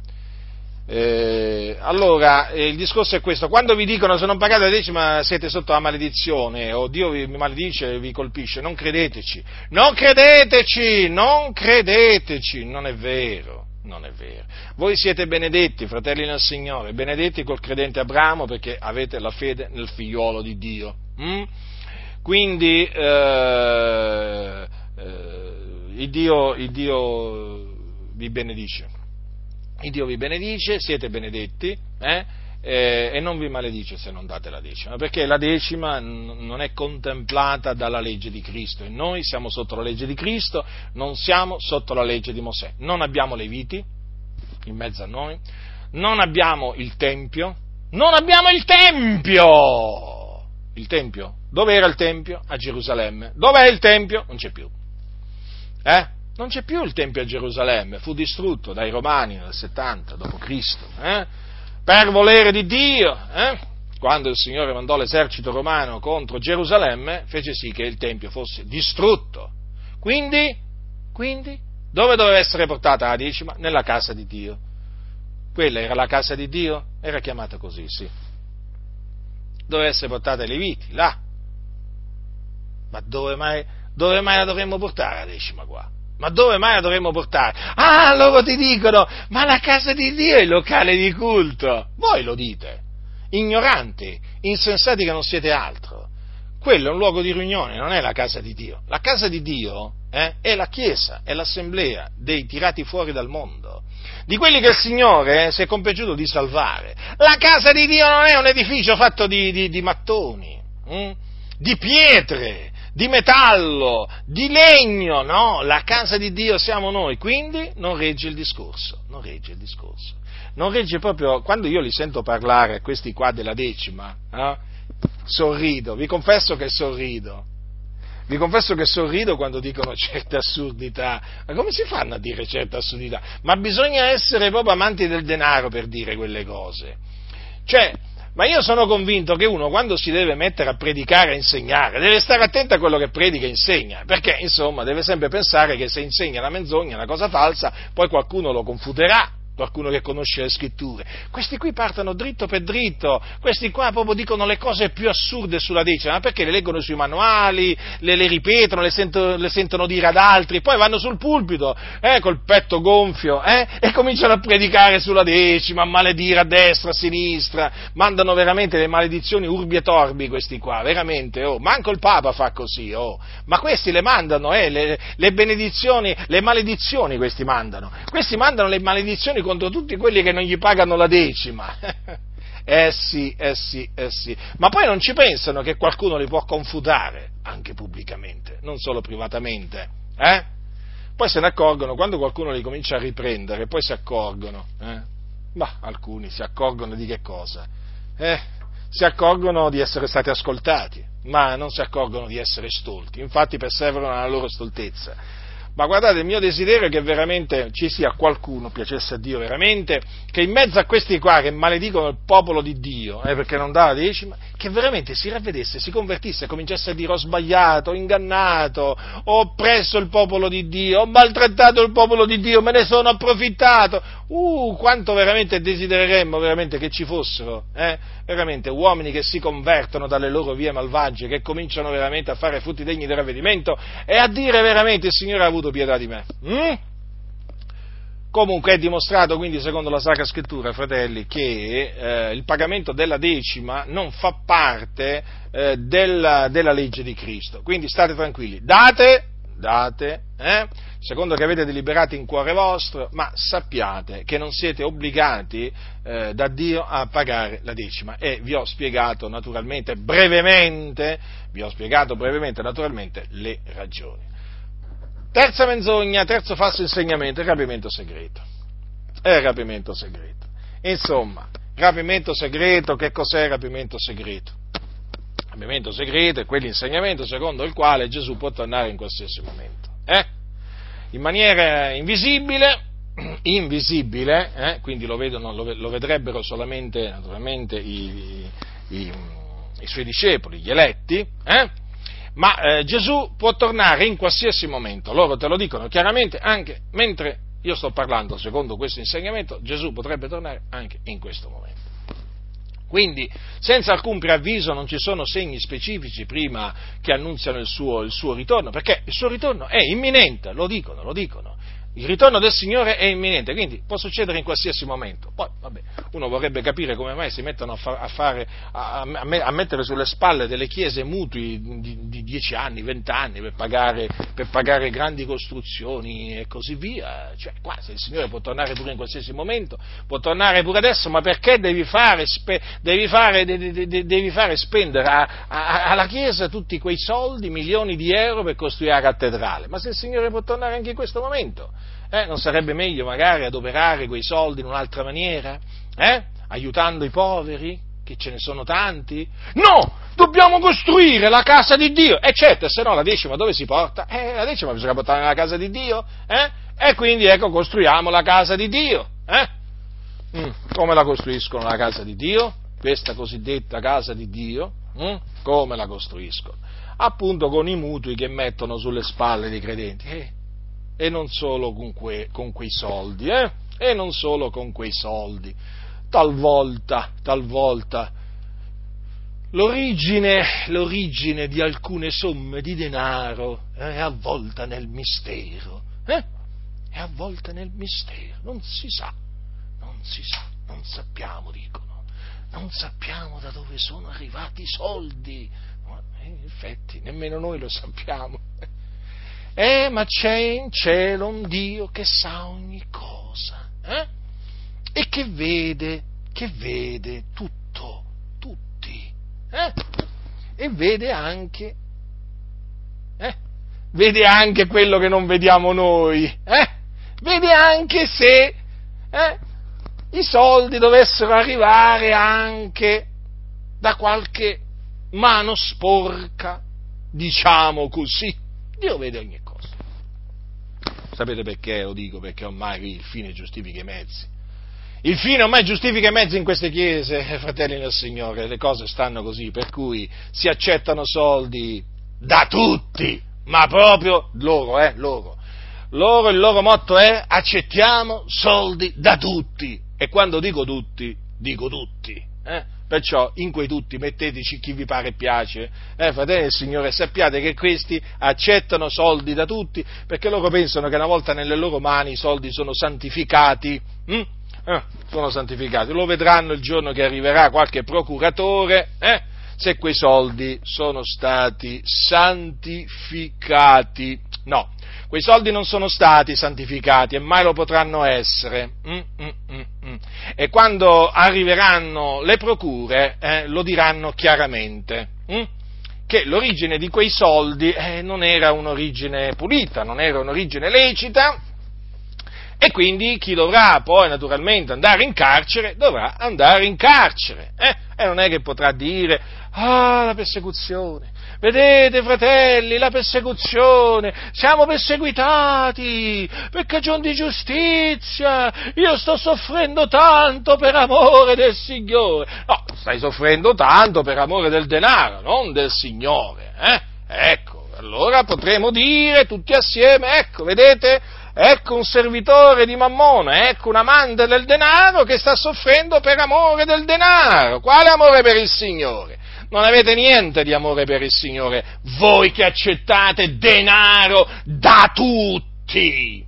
Allora, il discorso è questo: quando vi dicono se non pagate la decima siete sotto la maledizione o Dio vi maledice e vi colpisce, non credeteci, non è vero. Voi siete benedetti, fratelli nel Signore, benedetti col credente Abramo perché avete la fede nel figliuolo di Dio. Quindi il Dio vi benedice. Il Dio vi benedice, siete benedetti, e non vi maledice se non date la decima, perché la decima non è contemplata dalla legge di Cristo e noi siamo sotto la legge di Cristo, non siamo sotto la legge di Mosè. Non abbiamo Leviti in mezzo a noi, non abbiamo il Tempio. Il Tempio, dove era il Tempio? A Gerusalemme. Dov'è il Tempio? Non c'è più. Non c'è più il Tempio a Gerusalemme, fu distrutto dai Romani nel 70 d.C., per volere di Dio, quando il Signore mandò l'esercito romano contro Gerusalemme, fece sì che il Tempio fosse distrutto. Quindi, dove doveva essere portata la decima? Nella casa di Dio. Quella era la casa di Dio? Era chiamata così, sì. Doveva essere portata ai Leviti, là. Ma dove mai la dovremmo portare la decima qua? Ma dove mai la dovremmo portare? Loro ti dicono, ma la casa di Dio è il locale di culto. Voi lo dite, ignoranti, insensati che non siete altro. quello è un luogo di riunione, non è la casa di Dio. La casa di Dio è la Chiesa, è l'assemblea dei tirati fuori dal mondo, di quelli che il Signore si è compiaciuto di salvare. La casa di Dio non è un edificio fatto di mattoni, di pietre, di metallo, di legno, no, la casa di Dio siamo noi, quindi non regge il discorso. Non regge proprio, quando io li sento parlare, questi qua della decima, sorrido, vi confesso che sorrido quando dicono certe assurdità. Ma come si fanno a dire certe assurdità? Ma bisogna essere proprio amanti del denaro per dire quelle cose. Cioè, ma io sono convinto che uno, quando si deve mettere a predicare, a insegnare, deve stare attento a quello che predica e insegna, perché, insomma, deve sempre pensare che se insegna una menzogna, una cosa falsa, poi qualcuno lo confuterà, qualcuno che conosce le scritture. Questi qui partono dritto per dritto, questi qua proprio dicono le cose più assurde sulla decima, ma perché le leggono sui manuali, le ripetono, le sentono dire ad altri, poi vanno sul pulpito, col petto gonfio, e cominciano a predicare sulla decima, a maledire a destra, a sinistra, mandano veramente le maledizioni urbi e torbi questi qua, veramente, manco il Papa fa così, ma questi le mandano, le benedizioni, le maledizioni questi mandano le maledizioni contro tutti quelli che non gli pagano la decima. Sì. Ma poi non ci pensano che qualcuno li può confutare, anche pubblicamente, non solo privatamente, Poi se ne accorgono, quando qualcuno li comincia a riprendere, poi si accorgono, ma alcuni si accorgono di che cosa? Si accorgono di essere stati ascoltati, ma non si accorgono di essere stolti, infatti perseverano nella loro stoltezza. Ma guardate, il mio desiderio è che veramente ci sia qualcuno, piacesse a Dio veramente, che in mezzo a questi qua che maledicono il popolo di Dio, perché non dà la decima, che veramente si ravvedesse, si convertisse e cominciasse a dire: ho sbagliato, ho ingannato, ho oppresso il popolo di Dio, ho maltrattato il popolo di Dio, me ne sono approfittato. Quanto veramente desidereremmo veramente che ci fossero, veramente uomini che si convertono dalle loro vie malvagie, che cominciano veramente a fare frutti degni di ravvedimento e a dire veramente: il Signore ha avuto pietà di me. Comunque è dimostrato quindi secondo la Sacra Scrittura, fratelli, che il pagamento della decima non fa parte della legge di Cristo, quindi state tranquilli, date, secondo che avete deliberato in cuore vostro, ma sappiate che non siete obbligati da Dio a pagare la decima, e vi ho spiegato brevemente le ragioni. Terza menzogna, terzo falso insegnamento, il rapimento segreto. Insomma, rapimento segreto, che cos'è il rapimento segreto? Il rapimento segreto è quell'insegnamento secondo il quale Gesù può tornare in qualsiasi momento, in maniera invisibile, quindi lo vedrebbero solamente, naturalmente, i suoi discepoli, gli eletti, ma Gesù può tornare in qualsiasi momento, loro te lo dicono chiaramente, anche mentre io sto parlando, secondo questo insegnamento, Gesù potrebbe tornare anche in questo momento. Quindi, senza alcun preavviso, non ci sono segni specifici prima che annunziano il suo ritorno, perché il suo ritorno è imminente, lo dicono. Il ritorno del Signore è imminente, quindi può succedere in qualsiasi momento. Poi, uno vorrebbe capire come mai si mettono a mettere sulle spalle delle chiese mutui di 10 anni, 20 anni per pagare grandi costruzioni e così via. Cioè, qua, se il Signore può tornare pure in qualsiasi momento, può tornare pure adesso, ma perché devi fare spendere alla Chiesa tutti quei soldi, milioni di euro per costruire la cattedrale? Ma se il Signore può tornare anche in questo momento, non sarebbe meglio magari adoperare quei soldi in un'altra maniera? Aiutando i poveri, che ce ne sono tanti? No! Dobbiamo costruire la casa di Dio! E certo, se no la decima dove si porta? La decima bisogna portare nella casa di Dio, E quindi costruiamo la casa di Dio, Come la costruiscono la casa di Dio? Questa cosiddetta casa di Dio? Come la costruiscono? Appunto con i mutui che mettono sulle spalle dei credenti, e non solo con quei soldi, E non solo con quei soldi. Talvolta l'origine di alcune somme di denaro è avvolta nel mistero, È avvolta nel mistero, non si sa, non sappiamo, dicono, non sappiamo da dove sono arrivati i soldi. in effetti, nemmeno noi lo sappiamo. Ma c'è in cielo un Dio che sa ogni cosa, e che vede tutto, tutti, e vede anche quello che non vediamo noi, vede anche se i soldi dovessero arrivare anche da qualche mano sporca, diciamo così. Dio vede ogni cosa. Sapete perché lo dico? Perché ormai il fine giustifica i mezzi. Il fine ormai giustifica i mezzi in queste chiese, fratelli del Signore, le cose stanno così, per cui si accettano soldi da tutti, ma proprio loro, il loro motto è: accettiamo soldi da tutti, e quando dico tutti, perciò in quei tutti metteteci chi vi pare e piace, fratelli del Signore, sappiate che questi accettano soldi da tutti, perché loro pensano che una volta nelle loro mani i soldi sono santificati, lo vedranno il giorno che arriverà qualche procuratore, se quei soldi sono stati santificati. No, quei soldi non sono stati santificati e mai lo potranno essere. E quando arriveranno le procure lo diranno chiaramente, che l'origine di quei soldi non era un'origine pulita, non era un'origine lecita, e quindi chi dovrà poi naturalmente andare in carcere dovrà andare in carcere, e non è che potrà dire: la persecuzione, vedete fratelli, la persecuzione, siamo perseguitati per cagion di giustizia, io sto soffrendo tanto per amore del Signore. No, stai soffrendo tanto per amore del denaro, non del Signore, Ecco, allora potremo dire tutti assieme: ecco, vedete? Ecco un servitore di Mammona, ecco un amante del denaro che sta soffrendo per amore del denaro. Quale amore per il Signore? Non avete niente di amore per il Signore, voi che accettate denaro da tutti.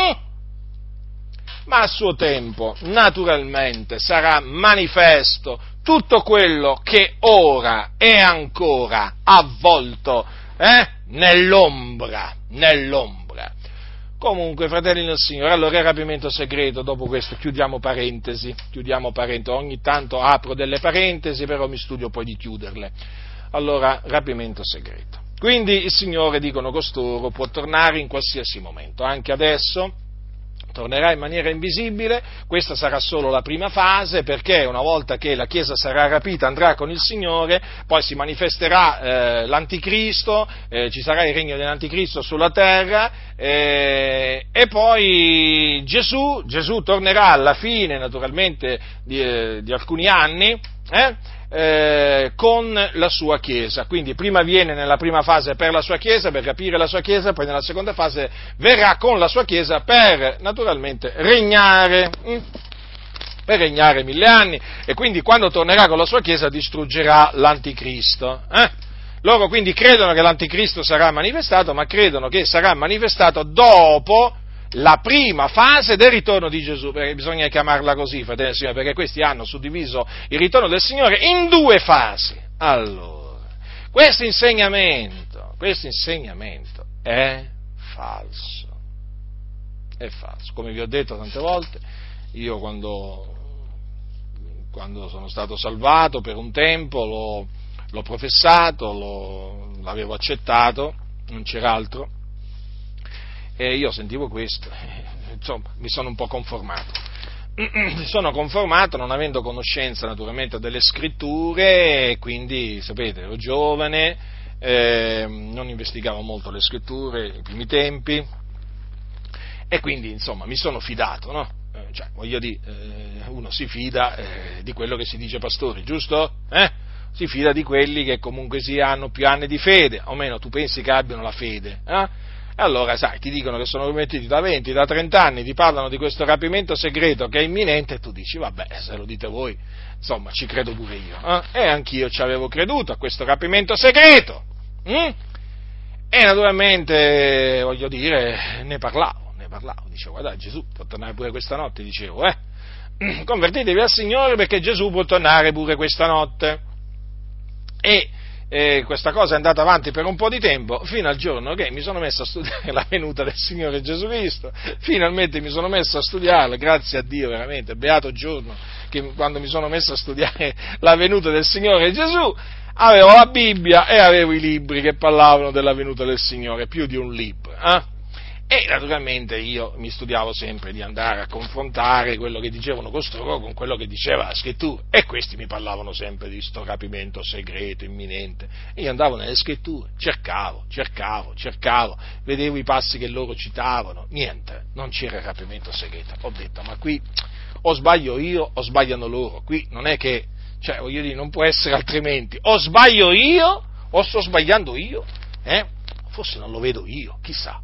Ma a suo tempo, naturalmente, sarà manifesto tutto quello che ora è ancora avvolto nell'ombra. Comunque, fratelli del Signore, allora il rapimento segreto, dopo questo chiudiamo parentesi, ogni tanto apro delle parentesi, però mi studio poi di chiuderle. Allora, rapimento segreto. Quindi il Signore, dicono costoro, può tornare in qualsiasi momento, anche adesso tornerà in maniera invisibile. Questa sarà solo la prima fase, perché una volta che la Chiesa sarà rapita andrà con il Signore, poi si manifesterà l'Anticristo, ci sarà il regno dell'Anticristo sulla terra, e poi Gesù tornerà alla fine naturalmente di alcuni anni, con la sua Chiesa. Quindi prima viene nella prima fase per la sua Chiesa, per capire la sua Chiesa, poi nella seconda fase verrà con la sua Chiesa per naturalmente regnare 1000 anni, e quindi quando tornerà con la sua Chiesa distruggerà l'Anticristo. Loro quindi credono che l'Anticristo sarà manifestato, ma credono che sarà manifestato dopo la prima fase del ritorno di Gesù, perché bisogna chiamarla così, fratelli del Signore, perché questi hanno suddiviso il ritorno del Signore in 2 fasi. Allora, questo insegnamento è falso, come vi ho detto tante volte. Io quando sono stato salvato per un tempo l'ho professato, l'avevo accettato, non c'era altro, e io sentivo questo, insomma, mi sono un po' conformato. Non avendo conoscenza naturalmente delle scritture, e quindi, sapete, ero giovane, non investigavo molto le scritture nei primi tempi, e quindi, insomma, mi sono fidato, no? Uno si fida di quello che si dice pastore, giusto? Si fida di quelli che comunque hanno più anni di fede, o meno tu pensi che abbiano la fede, Allora, sai, ti dicono che sono promettiti da 20, da 30 anni, ti parlano di questo rapimento segreto che è imminente, e tu dici: vabbè, se lo dite voi, insomma, ci credo pure io. E anch'io ci avevo creduto a questo rapimento segreto. E naturalmente, ne parlavo, dicevo: guarda, Gesù può tornare pure questa notte, dicevo, convertitevi al Signore, perché Gesù può tornare pure questa notte. E questa cosa è andata avanti per un po' di tempo, fino al giorno che mi sono messo a studiare la venuta del Signore Gesù Cristo. Finalmente mi sono messo a studiarla, grazie a Dio, veramente, beato giorno che quando mi sono messo a studiare la venuta del Signore Gesù. Avevo la Bibbia e avevo i libri che parlavano della venuta del Signore, più di un libro. E naturalmente io mi studiavo sempre di andare a confrontare quello che dicevano costoro con quello che diceva la Scrittura, e questi mi parlavano sempre di sto rapimento segreto, imminente, e io andavo nelle Scritture, cercavo, vedevo i passi che loro citavano, niente, non c'era il rapimento segreto. Ho detto, ma qui o sbaglio io o sbagliano loro, qui non è che, cioè voglio dire, non può essere altrimenti, o sbaglio io o sto sbagliando io, forse non lo vedo io, chissà.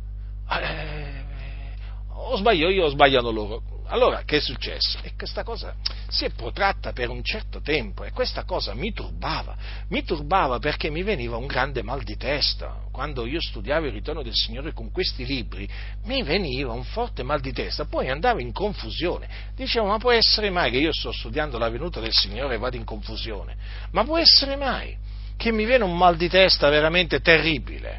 O sbaglio io o sbagliano loro. Allora che è successo? E questa cosa si è protratta per un certo tempo, e questa cosa mi turbava perché mi veniva un grande mal di testa. Quando io studiavo il ritorno del Signore con questi libri mi veniva un forte mal di testa, poi andavo in confusione, dicevo, ma può essere mai che io sto studiando la venuta del Signore e vado in confusione? Ma può essere mai che mi viene un mal di testa veramente terribile?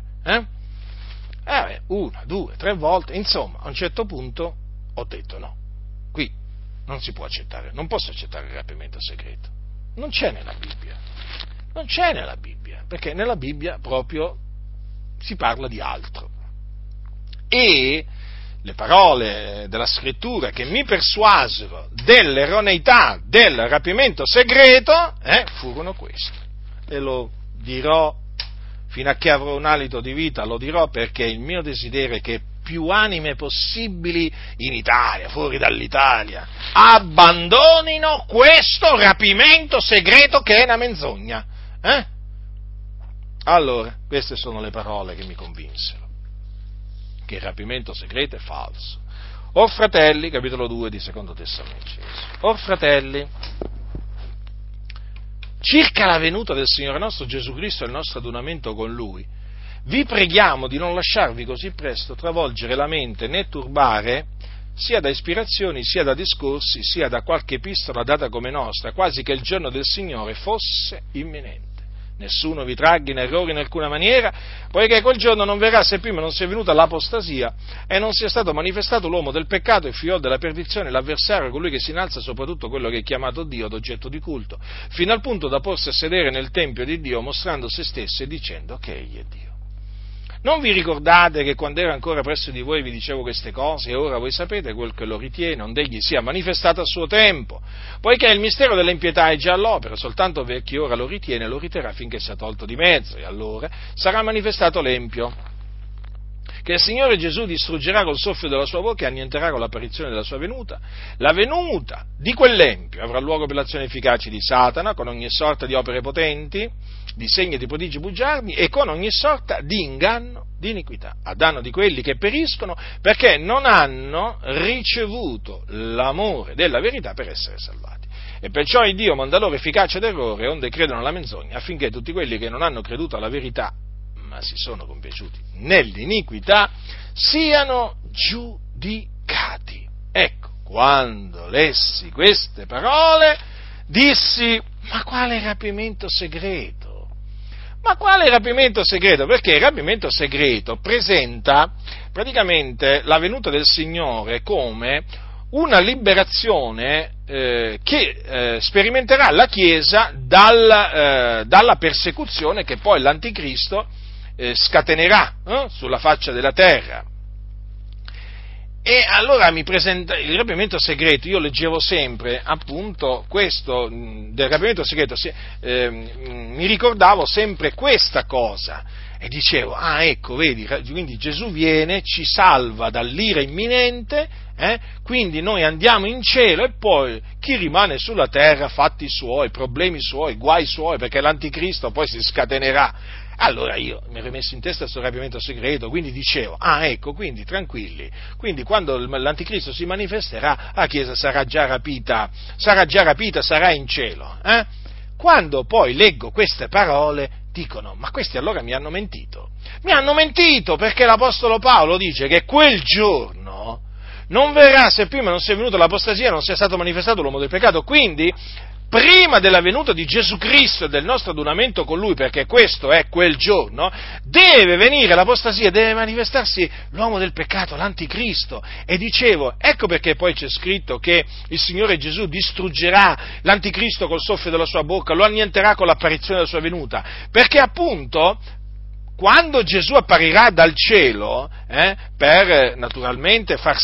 1, 2, 3 volte, insomma, a un certo punto ho detto no, qui non si può accettare, non posso accettare il rapimento segreto, non c'è nella Bibbia, perché nella Bibbia proprio si parla di altro. E le parole della Scrittura che mi persuasero dell'erroneità del rapimento segreto furono queste, e lo dirò fino a che avrò un alito di vita, lo dirò, perché il mio desiderio è che più anime possibili in Italia, fuori dall'Italia, abbandonino questo rapimento segreto che è una menzogna. Allora, queste sono le parole che mi convinsero, che il rapimento segreto è falso. Or fratelli, capitolo 2 di Secondo Tessalonicesi, or fratelli, circa la venuta del Signore nostro Gesù Cristo e il nostro adunamento con Lui, vi preghiamo di non lasciarvi così presto travolgere la mente né turbare sia da ispirazioni, sia da discorsi, sia da qualche epistola data come nostra, quasi che il giorno del Signore fosse imminente. Nessuno vi tragga in errore in alcuna maniera, poiché quel giorno non verrà se prima non sia venuta l'apostasia e non sia stato manifestato l'uomo del peccato, il figlio della perdizione, l'avversario, colui che si innalza soprattutto quello che è chiamato Dio, d'oggetto di culto, fino al punto da porsi a sedere nel Tempio di Dio, mostrando se stesso e dicendo che egli è Dio. Non vi ricordate che quando ero ancora presso di voi vi dicevo queste cose, e ora voi sapete quel che lo ritiene, onde egli sia manifestato a suo tempo, poiché il mistero dell'impietà è già all'opera, soltanto per chi ora lo ritiene lo riterrà finché sia tolto di mezzo, e allora sarà manifestato l'empio, che il Signore Gesù distruggerà col soffio della sua bocca e annienterà con l'apparizione della sua venuta. La venuta di quell'empio avrà luogo per l'azione efficace di Satana, con ogni sorta di opere potenti, di segni e di prodigi bugiardi, e con ogni sorta di inganno, di iniquità, a danno di quelli che periscono, perché non hanno ricevuto l'amore della verità per essere salvati. E perciò il Dio manda loro efficacia ed errore, onde credono alla menzogna, affinché tutti quelli che non hanno creduto alla verità, ma si sono compiaciuti nell'iniquità, siano giudicati. Ecco, quando lessi queste parole, dissi, ma quale rapimento segreto? Ma quale rapimento segreto? Perché il rapimento segreto presenta praticamente la venuta del Signore come una liberazione che sperimenterà la Chiesa dalla persecuzione che poi l'Anticristo scatenerà sulla faccia della terra. E allora mi presenta il rapimento segreto, io leggevo sempre appunto questo, del rapimento segreto, mi ricordavo sempre questa cosa, e dicevo, ecco, vedi, quindi Gesù viene, ci salva dall'ira imminente, quindi noi andiamo in cielo, e poi chi rimane sulla terra, fatti suoi, problemi suoi, guai suoi, perché l'Anticristo poi si scatenerà. Allora io mi ero messo in testa questo rapimento segreto, quindi dicevo, ecco, quindi tranquilli, quindi quando l'Anticristo si manifesterà, la Chiesa sarà già rapita, sarà in cielo. Quando poi leggo queste parole, dicono, ma questi allora mi hanno mentito perché l'Apostolo Paolo dice che quel giorno non verrà se prima non sia venuta l'apostasia, non sia stato manifestato l'uomo del peccato, quindi prima della venuta di Gesù Cristo e del nostro adunamento con Lui, perché questo è quel giorno, deve venire l'apostasia, deve manifestarsi l'uomo del peccato, l'anticristo. E dicevo, ecco perché poi c'è scritto che il Signore Gesù distruggerà l'anticristo col soffio della sua bocca, lo annienterà con l'apparizione della sua venuta, perché appunto quando Gesù apparirà dal cielo, per naturalmente far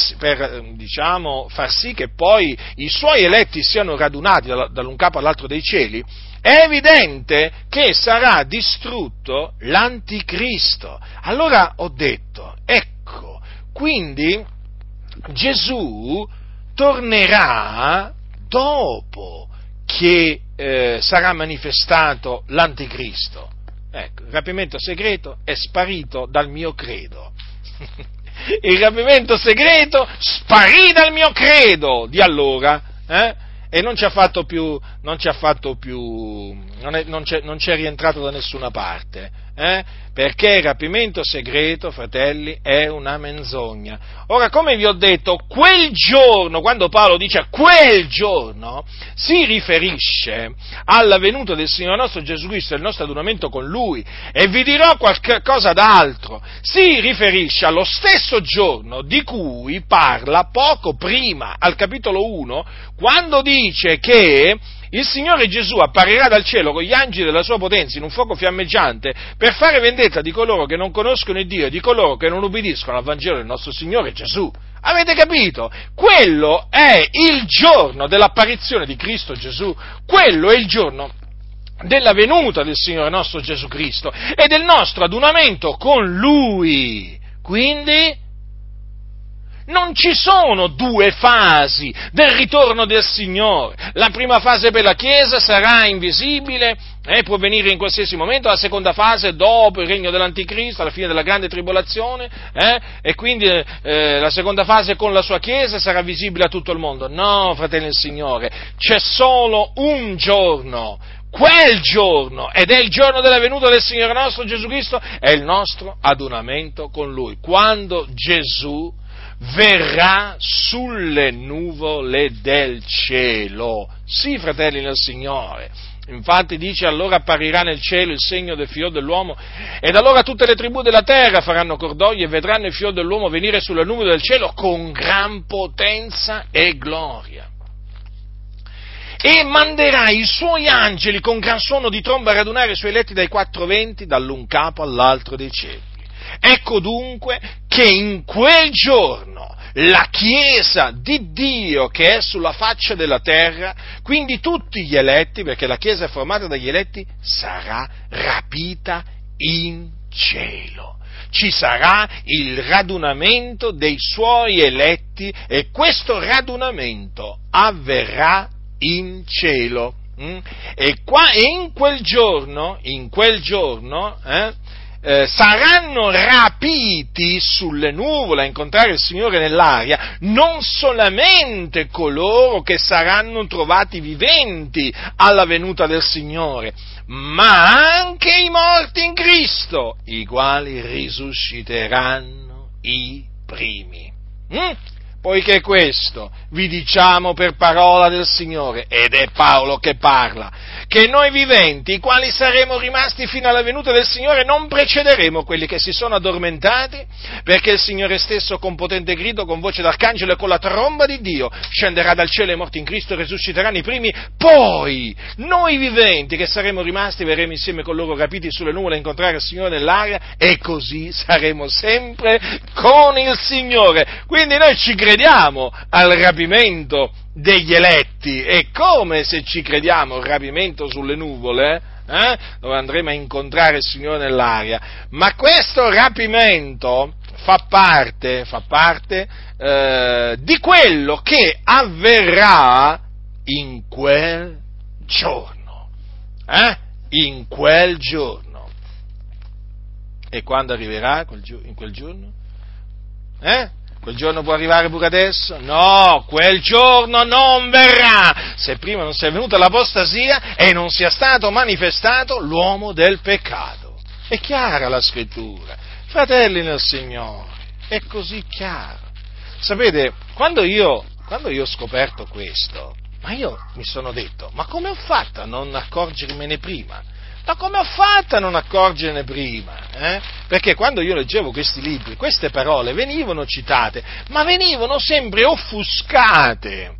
sì che poi i suoi eletti siano radunati dall'un capo all'altro dei cieli, è evidente che sarà distrutto l'anticristo. Allora ho detto, ecco, quindi Gesù tornerà dopo che sarà manifestato l'anticristo. Ecco, il rapimento segreto è sparito dal mio credo. Il rapimento segreto sparì dal mio credo di allora, e non c'è rientrato da nessuna parte, perché il rapimento segreto, fratelli, è una menzogna. Ora, come vi ho detto, quel giorno, quando Paolo dice quel giorno, si riferisce alla venuta del Signore nostro Gesù Cristo e il nostro adunamento con Lui, e vi dirò qualche cosa d'altro. Si riferisce allo stesso giorno di cui parla poco prima, al capitolo 1, quando dice che il Signore Gesù apparirà dal cielo con gli angeli della sua potenza in un fuoco fiammeggiante per fare vendetta di coloro che non conoscono il Dio e di coloro che non ubbidiscono al Vangelo del nostro Signore Gesù. Avete capito? Quello è il giorno dell'apparizione di Cristo Gesù, quello è il giorno della venuta del Signore nostro Gesù Cristo e del nostro adunamento con Lui. Quindi non ci sono due fasi del ritorno del Signore. La prima fase per la Chiesa sarà invisibile, può venire in qualsiasi momento, la seconda fase dopo il regno dell'Anticristo, alla fine della grande tribolazione, e quindi la seconda fase con la sua Chiesa sarà visibile a tutto il mondo. No, fratelli del Signore, c'è solo un giorno, quel giorno, ed è il giorno della venuta del Signore nostro Gesù Cristo, è il nostro adunamento con Lui, quando Gesù verrà sulle nuvole del cielo. Sì, fratelli nel Signore. Infatti dice, allora apparirà nel cielo il segno del Figlio dell'uomo, ed allora tutte le tribù della terra faranno cordoglio e vedranno il Figlio dell'uomo venire sulle nuvole del cielo con gran potenza e gloria. E manderà i suoi angeli con gran suono di tromba a radunare i suoi eletti dai quattro venti, dall'un capo all'altro dei cieli. Ecco dunque che in quel giorno la Chiesa di Dio che è sulla faccia della terra, quindi tutti gli eletti, perché la Chiesa è formata dagli eletti, sarà rapita in cielo. Ci sarà il radunamento dei suoi eletti e questo radunamento avverrà in cielo. E in quel giorno, saranno rapiti sulle nuvole a incontrare il Signore nell'aria non solamente coloro che saranno trovati viventi alla venuta del Signore, ma anche i morti in Cristo, i quali risusciteranno i primi. Poiché questo vi diciamo per parola del Signore, ed è Paolo che parla, che noi viventi, i quali saremo rimasti fino alla venuta del Signore, non precederemo quelli che si sono addormentati, perché il Signore stesso con potente grido, con voce d'arcangelo e con la tromba di Dio scenderà dal cielo e i morti in Cristo risusciteranno i primi, poi noi viventi che saremo rimasti verremo insieme con loro rapiti sulle nuvole a incontrare il Signore nell'aria e così saremo sempre con il Signore. Quindi noi ci crediamo al rapimento degli eletti, e come se ci crediamo al rapimento sulle nuvole, dove andremo a incontrare il Signore nell'aria, ma questo rapimento fa parte di quello che avverrà in quel giorno, in quel giorno. E quando arriverà in quel giorno? Quel giorno può arrivare pure adesso? No, quel giorno non verrà, se prima non sia venuta l'apostasia e non sia stato manifestato l'uomo del peccato. È chiara la scrittura, fratelli nel Signore, è così chiaro. Sapete, quando io ho scoperto questo, Ma io mi sono detto, ma come ho fatto a non accorgermene prima? Ma come ho fatto a non accorgerne prima? Perché quando io leggevo questi libri, queste parole venivano citate, ma venivano sempre offuscate,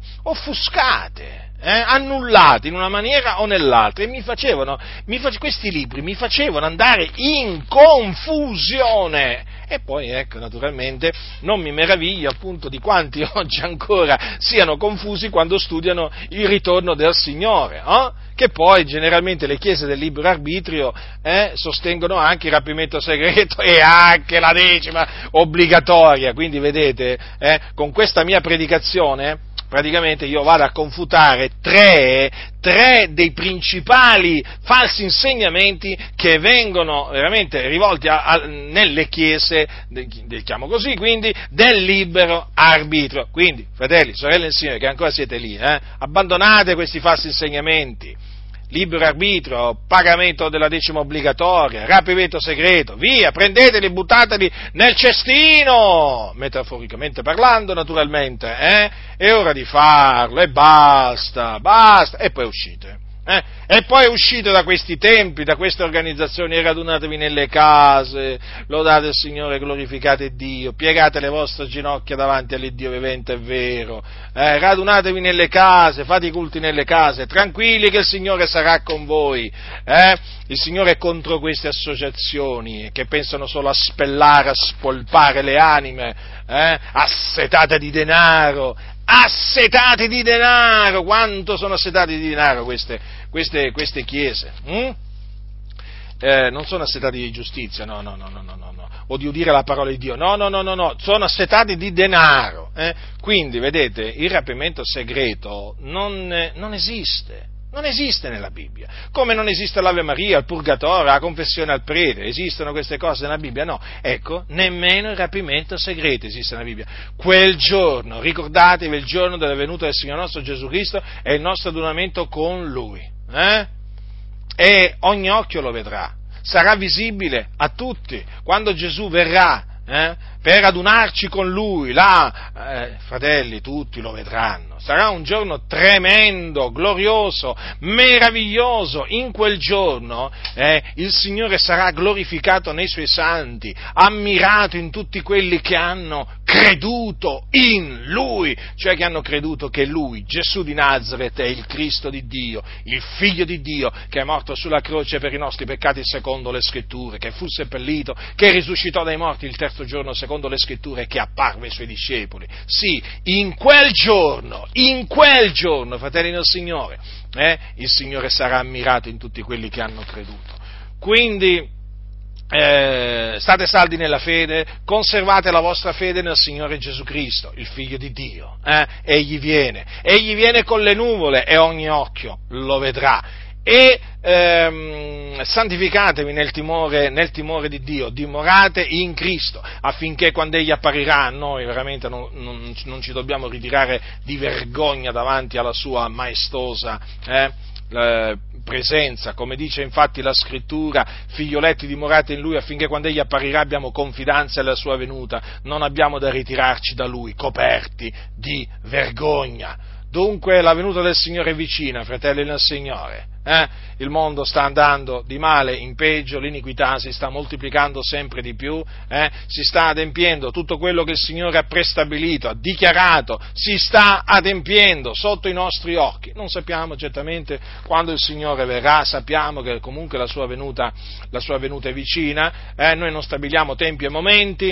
annullate in una maniera o nell'altra, e questi libri mi facevano andare in confusione. E poi, ecco, naturalmente, non mi meraviglio appunto di quanti oggi ancora siano confusi quando studiano il ritorno del Signore, che poi generalmente le chiese del libero arbitrio sostengono anche il rapimento segreto e anche la decima obbligatoria. Quindi vedete, con questa mia predicazione, praticamente io vado a confutare tre dei principali falsi insegnamenti che vengono veramente rivolti nelle chiese, chiamo così, quindi, del libero arbitrio. Quindi, fratelli, sorelle e signori, che ancora siete lì, abbandonate questi falsi insegnamenti. Libero arbitrio, pagamento della decima obbligatoria, rapimento segreto, via, prendeteli e buttateli nel cestino, metaforicamente parlando naturalmente, è ora di farlo, e basta, e poi uscite. E poi uscite da questi tempi, da queste organizzazioni, e radunatevi nelle case, lodate il Signore, glorificate Dio, piegate le vostre ginocchia davanti all'Iddio vivente e vero, radunatevi nelle case, fate i culti nelle case, tranquilli che il Signore sarà con voi, il Signore è contro queste associazioni che pensano solo a spellare, a spolpare le anime, assetate di denaro, quanto sono assetate di denaro queste chiese, non sono assetati di giustizia, no, o di udire la parola di Dio, no, sono assetati di denaro, quindi, vedete, il rapimento segreto non esiste. Non esiste nella Bibbia, come non esiste l'Ave Maria, il Purgatorio, la confessione al prete. Esistono queste cose nella Bibbia? No, ecco, nemmeno il rapimento segreto esiste nella Bibbia. Quel giorno, ricordatevi, il giorno della venuta del Signore nostro Gesù Cristo è il nostro adunamento con Lui, e ogni occhio lo vedrà, sarà visibile a tutti, quando Gesù verrà, per adunarci con Lui, là, fratelli, tutti lo vedranno. Sarà un giorno tremendo, glorioso, meraviglioso. In quel giorno il Signore sarà glorificato nei Suoi santi, ammirato in tutti quelli che hanno creduto in Lui, cioè che hanno creduto che Lui, Gesù di Nazaret, è il Cristo di Dio, il Figlio di Dio, che è morto sulla croce per i nostri peccati secondo le Scritture, che fu seppellito, che risuscitò dai morti il terzo giorno secondo le Scritture e che apparve ai Suoi discepoli. Sì, in quel giorno, fratelli del Signore, il Signore sarà ammirato in tutti quelli che hanno creduto. Quindi, state saldi nella fede, conservate la vostra fede nel Signore Gesù Cristo, il Figlio di Dio, Egli viene con le nuvole e ogni occhio lo vedrà, e santificatevi nel timore di Dio, dimorate in Cristo, affinché quando Egli apparirà noi veramente non ci dobbiamo ritirare di vergogna davanti alla sua maestosa presenza, come dice infatti la Scrittura: figlioletti dimorate in Lui, affinché quando Egli apparirà abbiamo confidenza alla sua venuta, non abbiamo da ritirarci da Lui coperti di vergogna. Dunque la venuta del Signore è vicina, fratelli nel Signore. Il mondo sta andando di male in peggio, l'iniquità si sta moltiplicando sempre di più, si sta adempiendo tutto quello che il Signore ha prestabilito, ha dichiarato, si sta adempiendo sotto i nostri occhi. Non sappiamo certamente quando il Signore verrà, sappiamo che comunque la sua venuta è vicina, noi non stabiliamo tempi e momenti,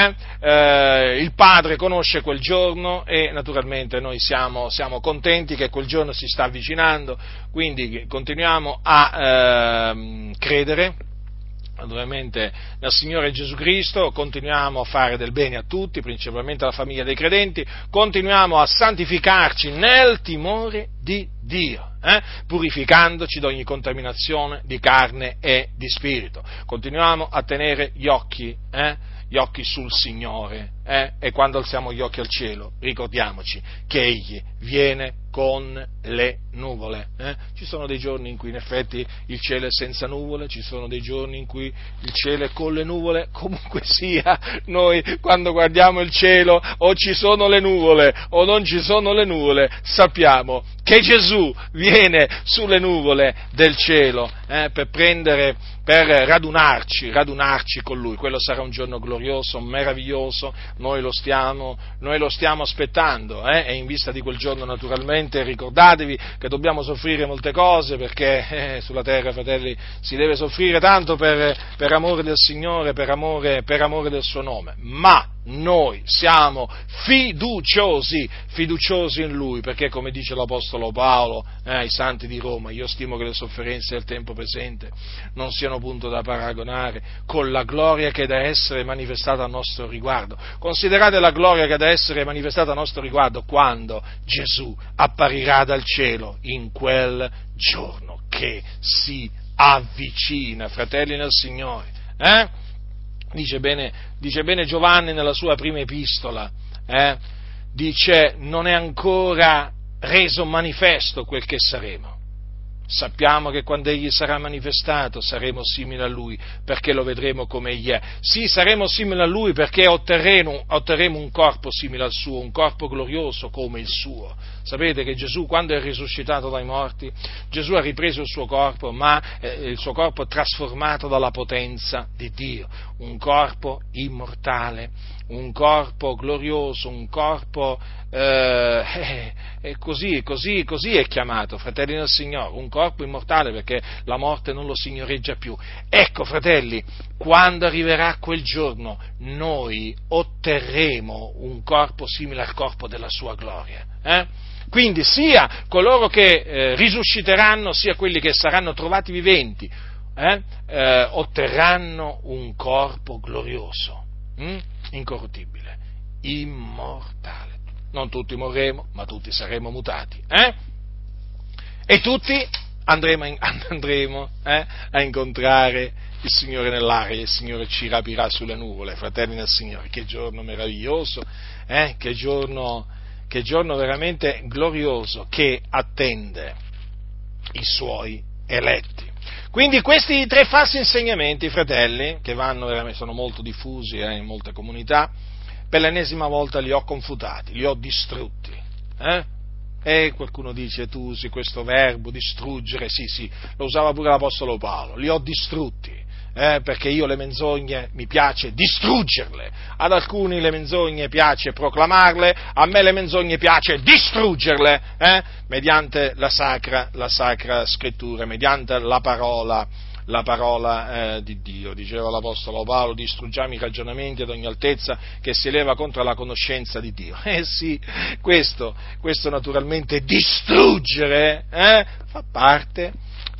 il Padre conosce quel giorno e naturalmente noi siamo contenti che quel giorno si sta avvicinando, quindi continuiamo a credere naturalmente nel Signore Gesù Cristo, continuiamo a fare del bene a tutti, principalmente alla famiglia dei credenti, continuiamo a santificarci nel timore di Dio, purificandoci da ogni contaminazione di carne e di spirito, continuiamo a tenere gli occhi sul Signore, e quando alziamo gli occhi al cielo, ricordiamoci che Egli viene con le nuvole. Ci sono dei giorni in cui in effetti il cielo è senza nuvole, ci sono dei giorni in cui il cielo è con le nuvole. Comunque sia, noi quando guardiamo il cielo o ci sono le nuvole o non ci sono le nuvole, sappiamo che Gesù viene sulle nuvole del cielo per radunarci con Lui. Quello sarà un giorno glorioso, meraviglioso, noi lo stiamo aspettando, e in vista di quel giorno naturalmente ricordatevi che dobbiamo soffrire molte cose, perché sulla terra, fratelli, si deve soffrire tanto per amore del Signore, per amore del suo nome, ma noi siamo fiduciosi in Lui, perché come dice l'Apostolo Paolo ai Santi di Roma: io stimo che le sofferenze del tempo presente non siano punto da paragonare con la gloria che è da essere manifestata a nostro riguardo. Considerate la gloria che è da essere manifestata a nostro riguardo quando Gesù apparirà dal cielo in quel giorno che si avvicina, fratelli nel Signore. Dice bene Giovanni nella sua prima epistola, dice: non è ancora reso manifesto quel che saremo. Sappiamo che quando Egli sarà manifestato saremo simili a Lui, perché lo vedremo come Egli è. Sì, saremo simili a Lui perché otterremo un corpo simile al suo, un corpo glorioso come il suo. Sapete che Gesù, quando è risuscitato dai morti, Gesù ha ripreso il suo corpo, ma il suo corpo trasformato dalla potenza di Dio, un corpo immortale, un corpo glorioso, un corpo così è chiamato, fratelli del Signore, un corpo immortale, perché la morte non lo signoreggia più. Ecco, fratelli, quando arriverà quel giorno noi otterremo un corpo simile al corpo della sua gloria. Quindi sia coloro che risusciteranno, sia quelli che saranno trovati viventi, otterranno un corpo glorioso, incorruttibile, immortale. Non tutti morremo, ma tutti saremo mutati, e tutti andremo a incontrare il Signore nell'aria, il Signore ci rapirà sulle nuvole, fratelli nel Signore. Che giorno meraviglioso, che giorno veramente glorioso che attende i Suoi eletti. Quindi questi tre falsi insegnamenti, fratelli, che sono molto diffusi in molte comunità, per l'ennesima volta li ho confutati, li ho distrutti. E qualcuno dice: tu usi questo verbo, distruggere, sì, lo usava pure l'Apostolo Paolo, li ho distrutti, perché io le menzogne mi piace distruggerle, ad alcuni le menzogne piace proclamarle, a me le menzogne piace distruggerle, mediante la sacra scrittura, mediante la parola di Dio. Diceva l'Apostolo Paolo: distruggiamo i ragionamenti ad ogni altezza che si eleva contro la conoscenza di Dio. Sì, questo naturalmente distruggere fa parte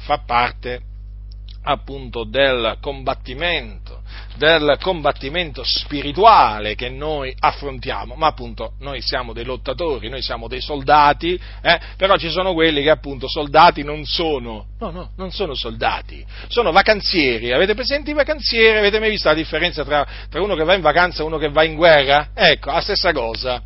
appunto del combattimento spirituale che noi affrontiamo, ma appunto noi siamo dei lottatori, noi siamo dei soldati, però ci sono quelli che appunto soldati non sono soldati, sono vacanzieri. Avete presente i vacanzieri? Avete mai visto la differenza tra uno che va in vacanza e uno che va in guerra? Ecco, la stessa cosa.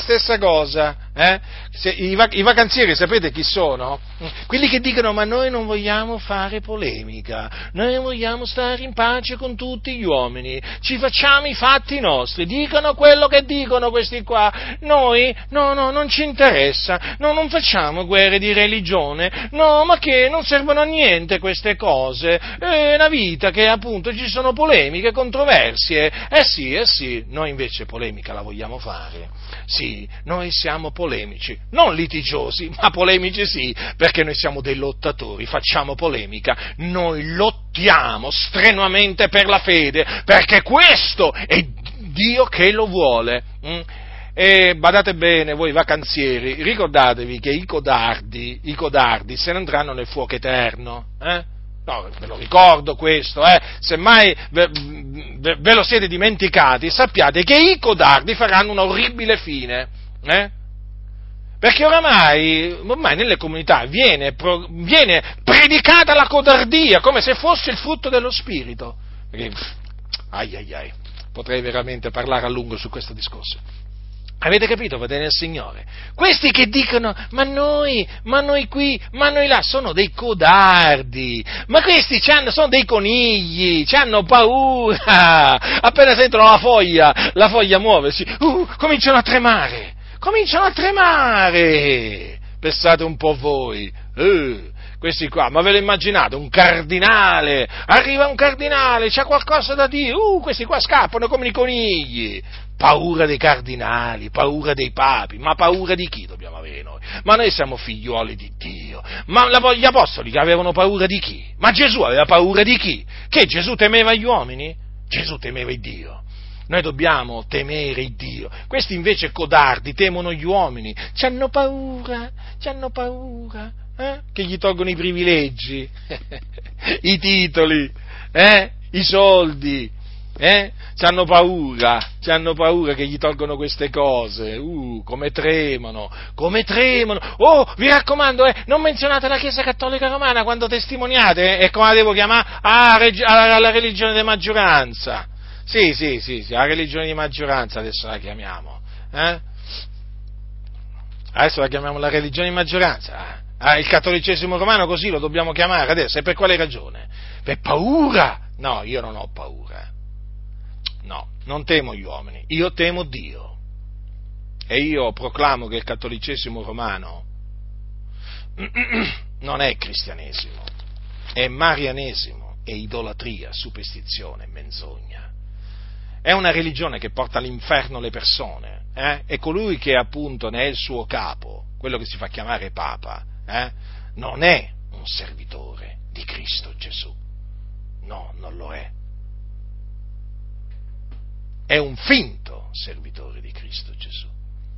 I vacanzieri sapete chi sono? Quelli che dicono: ma noi non vogliamo fare polemica, noi vogliamo stare in pace con tutti gli uomini, ci facciamo i fatti nostri, dicono quello che dicono questi qua, noi non ci interessa, non facciamo guerre di religione, ma che non servono a niente queste cose, è una vita che appunto ci sono polemiche, controversie, sì, noi invece polemica la vogliamo fare, sì, noi siamo polemici, non litigiosi, ma polemici sì, perché noi siamo dei lottatori, facciamo polemica, noi lottiamo strenuamente per la fede, perché questo è Dio che lo vuole. E badate bene, voi vacanzieri, ricordatevi che i codardi se ne andranno nel fuoco eterno, No, ve lo ricordo questo, semmai ve lo siete dimenticati, sappiate che i codardi faranno una orribile fine, perché oramai nelle comunità viene predicata la codardia come se fosse il frutto dello spirito. Perché, potrei veramente parlare a lungo su questo discorso. Avete capito, fratelli del Signore? Questi che dicono, ma noi qui, ma noi là, sono dei codardi, ma questi sono dei conigli, hanno paura, appena sentono la foglia muoversi, cominciano a tremare, pensate un po' voi, questi qua, ma ve lo immaginate, un cardinale, arriva un cardinale, c'ha qualcosa da dire, questi qua scappano come i conigli. Paura dei cardinali, paura dei papi, ma paura di chi dobbiamo avere noi? Ma noi siamo figliuoli di Dio, ma gli apostoli che avevano paura di chi? Ma Gesù aveva paura di chi? Che Gesù temeva gli uomini? Gesù temeva il Dio. Noi dobbiamo temere il Dio. Questi invece codardi temono gli uomini, c'hanno paura, che gli tolgono i privilegi, i titoli, i soldi. C'hanno paura che gli tolgono queste cose, come tremano, oh, vi raccomando, non menzionate la Chiesa Cattolica Romana quando testimoniate, e come la devo chiamare? La religione di maggioranza, sì, la religione di maggioranza adesso la chiamiamo, adesso la chiamiamo la religione di maggioranza, il cattolicesimo romano così lo dobbiamo chiamare adesso, e per quale ragione? Per paura? No, io non ho paura. No, non temo gli uomini, io temo Dio. E io proclamo che il cattolicesimo romano non è cristianesimo, è marianesimo, è idolatria, superstizione, menzogna. È una religione che porta all'inferno le persone, e colui che appunto ne è il suo capo, quello che si fa chiamare Papa, non è un servitore di Cristo Gesù. No, non lo è. È un finto servitore di Cristo Gesù.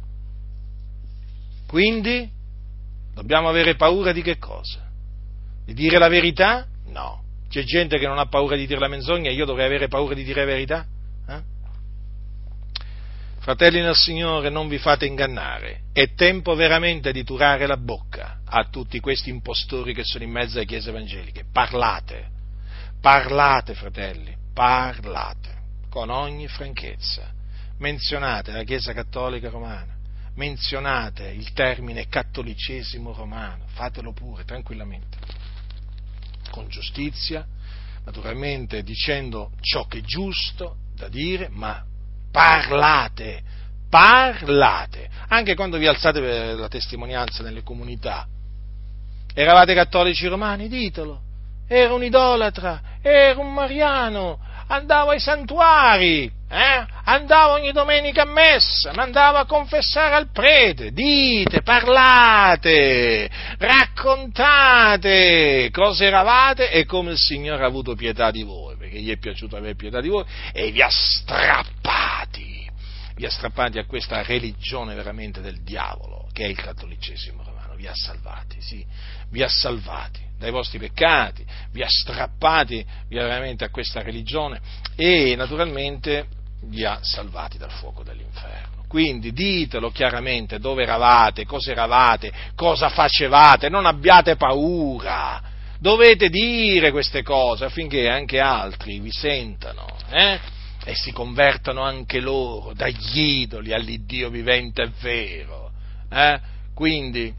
Quindi dobbiamo avere paura di che cosa? Di dire la verità? No. C'è gente che non ha paura di dire la menzogna, io dovrei avere paura di dire la verità? Fratelli nel Signore, non vi fate ingannare, è tempo veramente di turare la bocca a tutti questi impostori che sono in mezzo alle chiese evangeliche. Parlate, fratelli, parlate. Con ogni franchezza, menzionate la Chiesa Cattolica Romana, menzionate il termine cattolicesimo romano, fatelo pure, tranquillamente, con giustizia, naturalmente dicendo ciò che è giusto da dire, ma parlate, anche quando vi alzate per la testimonianza nelle comunità. Eravate cattolici romani? Ditelo. Ero un idolatra, ero un mariano, andavo ai santuari, andavo ogni domenica a messa, mi andavo a confessare al prete. Dite, parlate, raccontate cosa eravate e come il Signore ha avuto pietà di voi, perché gli è piaciuto avere pietà di voi, e vi ha strappati a questa religione veramente del diavolo, che è il cattolicesimo romano. Vi ha salvati dai vostri peccati, vi ha strappati veramente a questa religione e naturalmente vi ha salvati dal fuoco dell'inferno. Quindi ditelo chiaramente dove eravate, cosa facevate, non abbiate paura, dovete dire queste cose affinché anche altri vi sentano, e si convertano anche loro dagli idoli all'Iddio vivente e vero. Quindi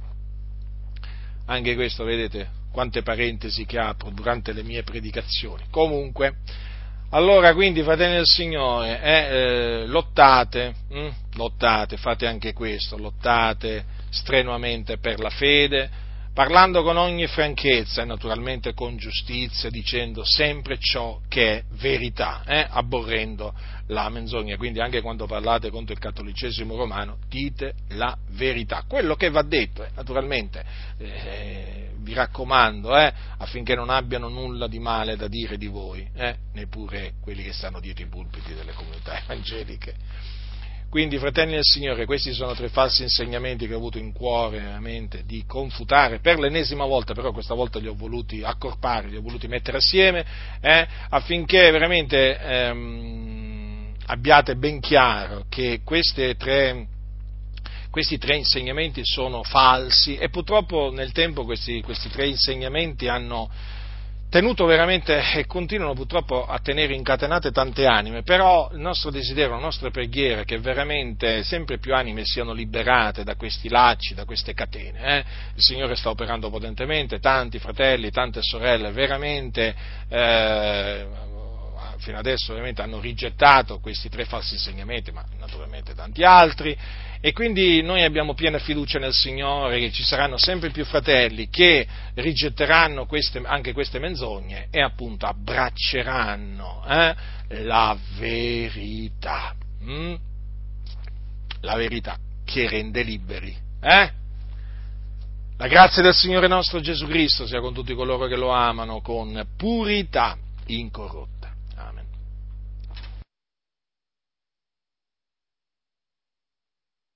anche questo, vedete, quante parentesi che apro durante le mie predicazioni. Comunque, allora, quindi, fratelli del Signore, lottate, fate anche questo, lottate strenuamente per la fede, parlando con ogni franchezza e naturalmente con giustizia, dicendo sempre ciò che è verità, abborrendo la menzogna. Quindi anche quando parlate contro il cattolicesimo romano, dite la verità, quello che va detto, naturalmente, vi raccomando, affinché non abbiano nulla di male da dire di voi, neppure quelli che stanno dietro i pulpiti delle comunità evangeliche. Quindi, fratelli del Signore, questi sono 3 falsi insegnamenti che ho avuto in cuore veramente di confutare per l'ennesima volta, però questa volta li ho voluti accorpare, li ho voluti mettere assieme, affinché veramente abbiate ben chiaro che questi 3 insegnamenti sono falsi, e purtroppo nel tempo questi 3 insegnamenti hanno tenuto veramente e continuano purtroppo a tenere incatenate tante anime, però il nostro desiderio, la nostra preghiera è che veramente sempre più anime siano liberate da questi lacci, da queste catene. Il Signore sta operando potentemente, tanti fratelli, tante sorelle veramente fino adesso ovviamente hanno rigettato questi 3 falsi insegnamenti, ma naturalmente tanti altri, e quindi noi abbiamo piena fiducia nel Signore che ci saranno sempre più fratelli che rigetteranno anche queste menzogne e appunto abbracceranno la verità, la verità che rende liberi. La grazia del Signore nostro Gesù Cristo sia con tutti coloro che lo amano con purità incorrotta.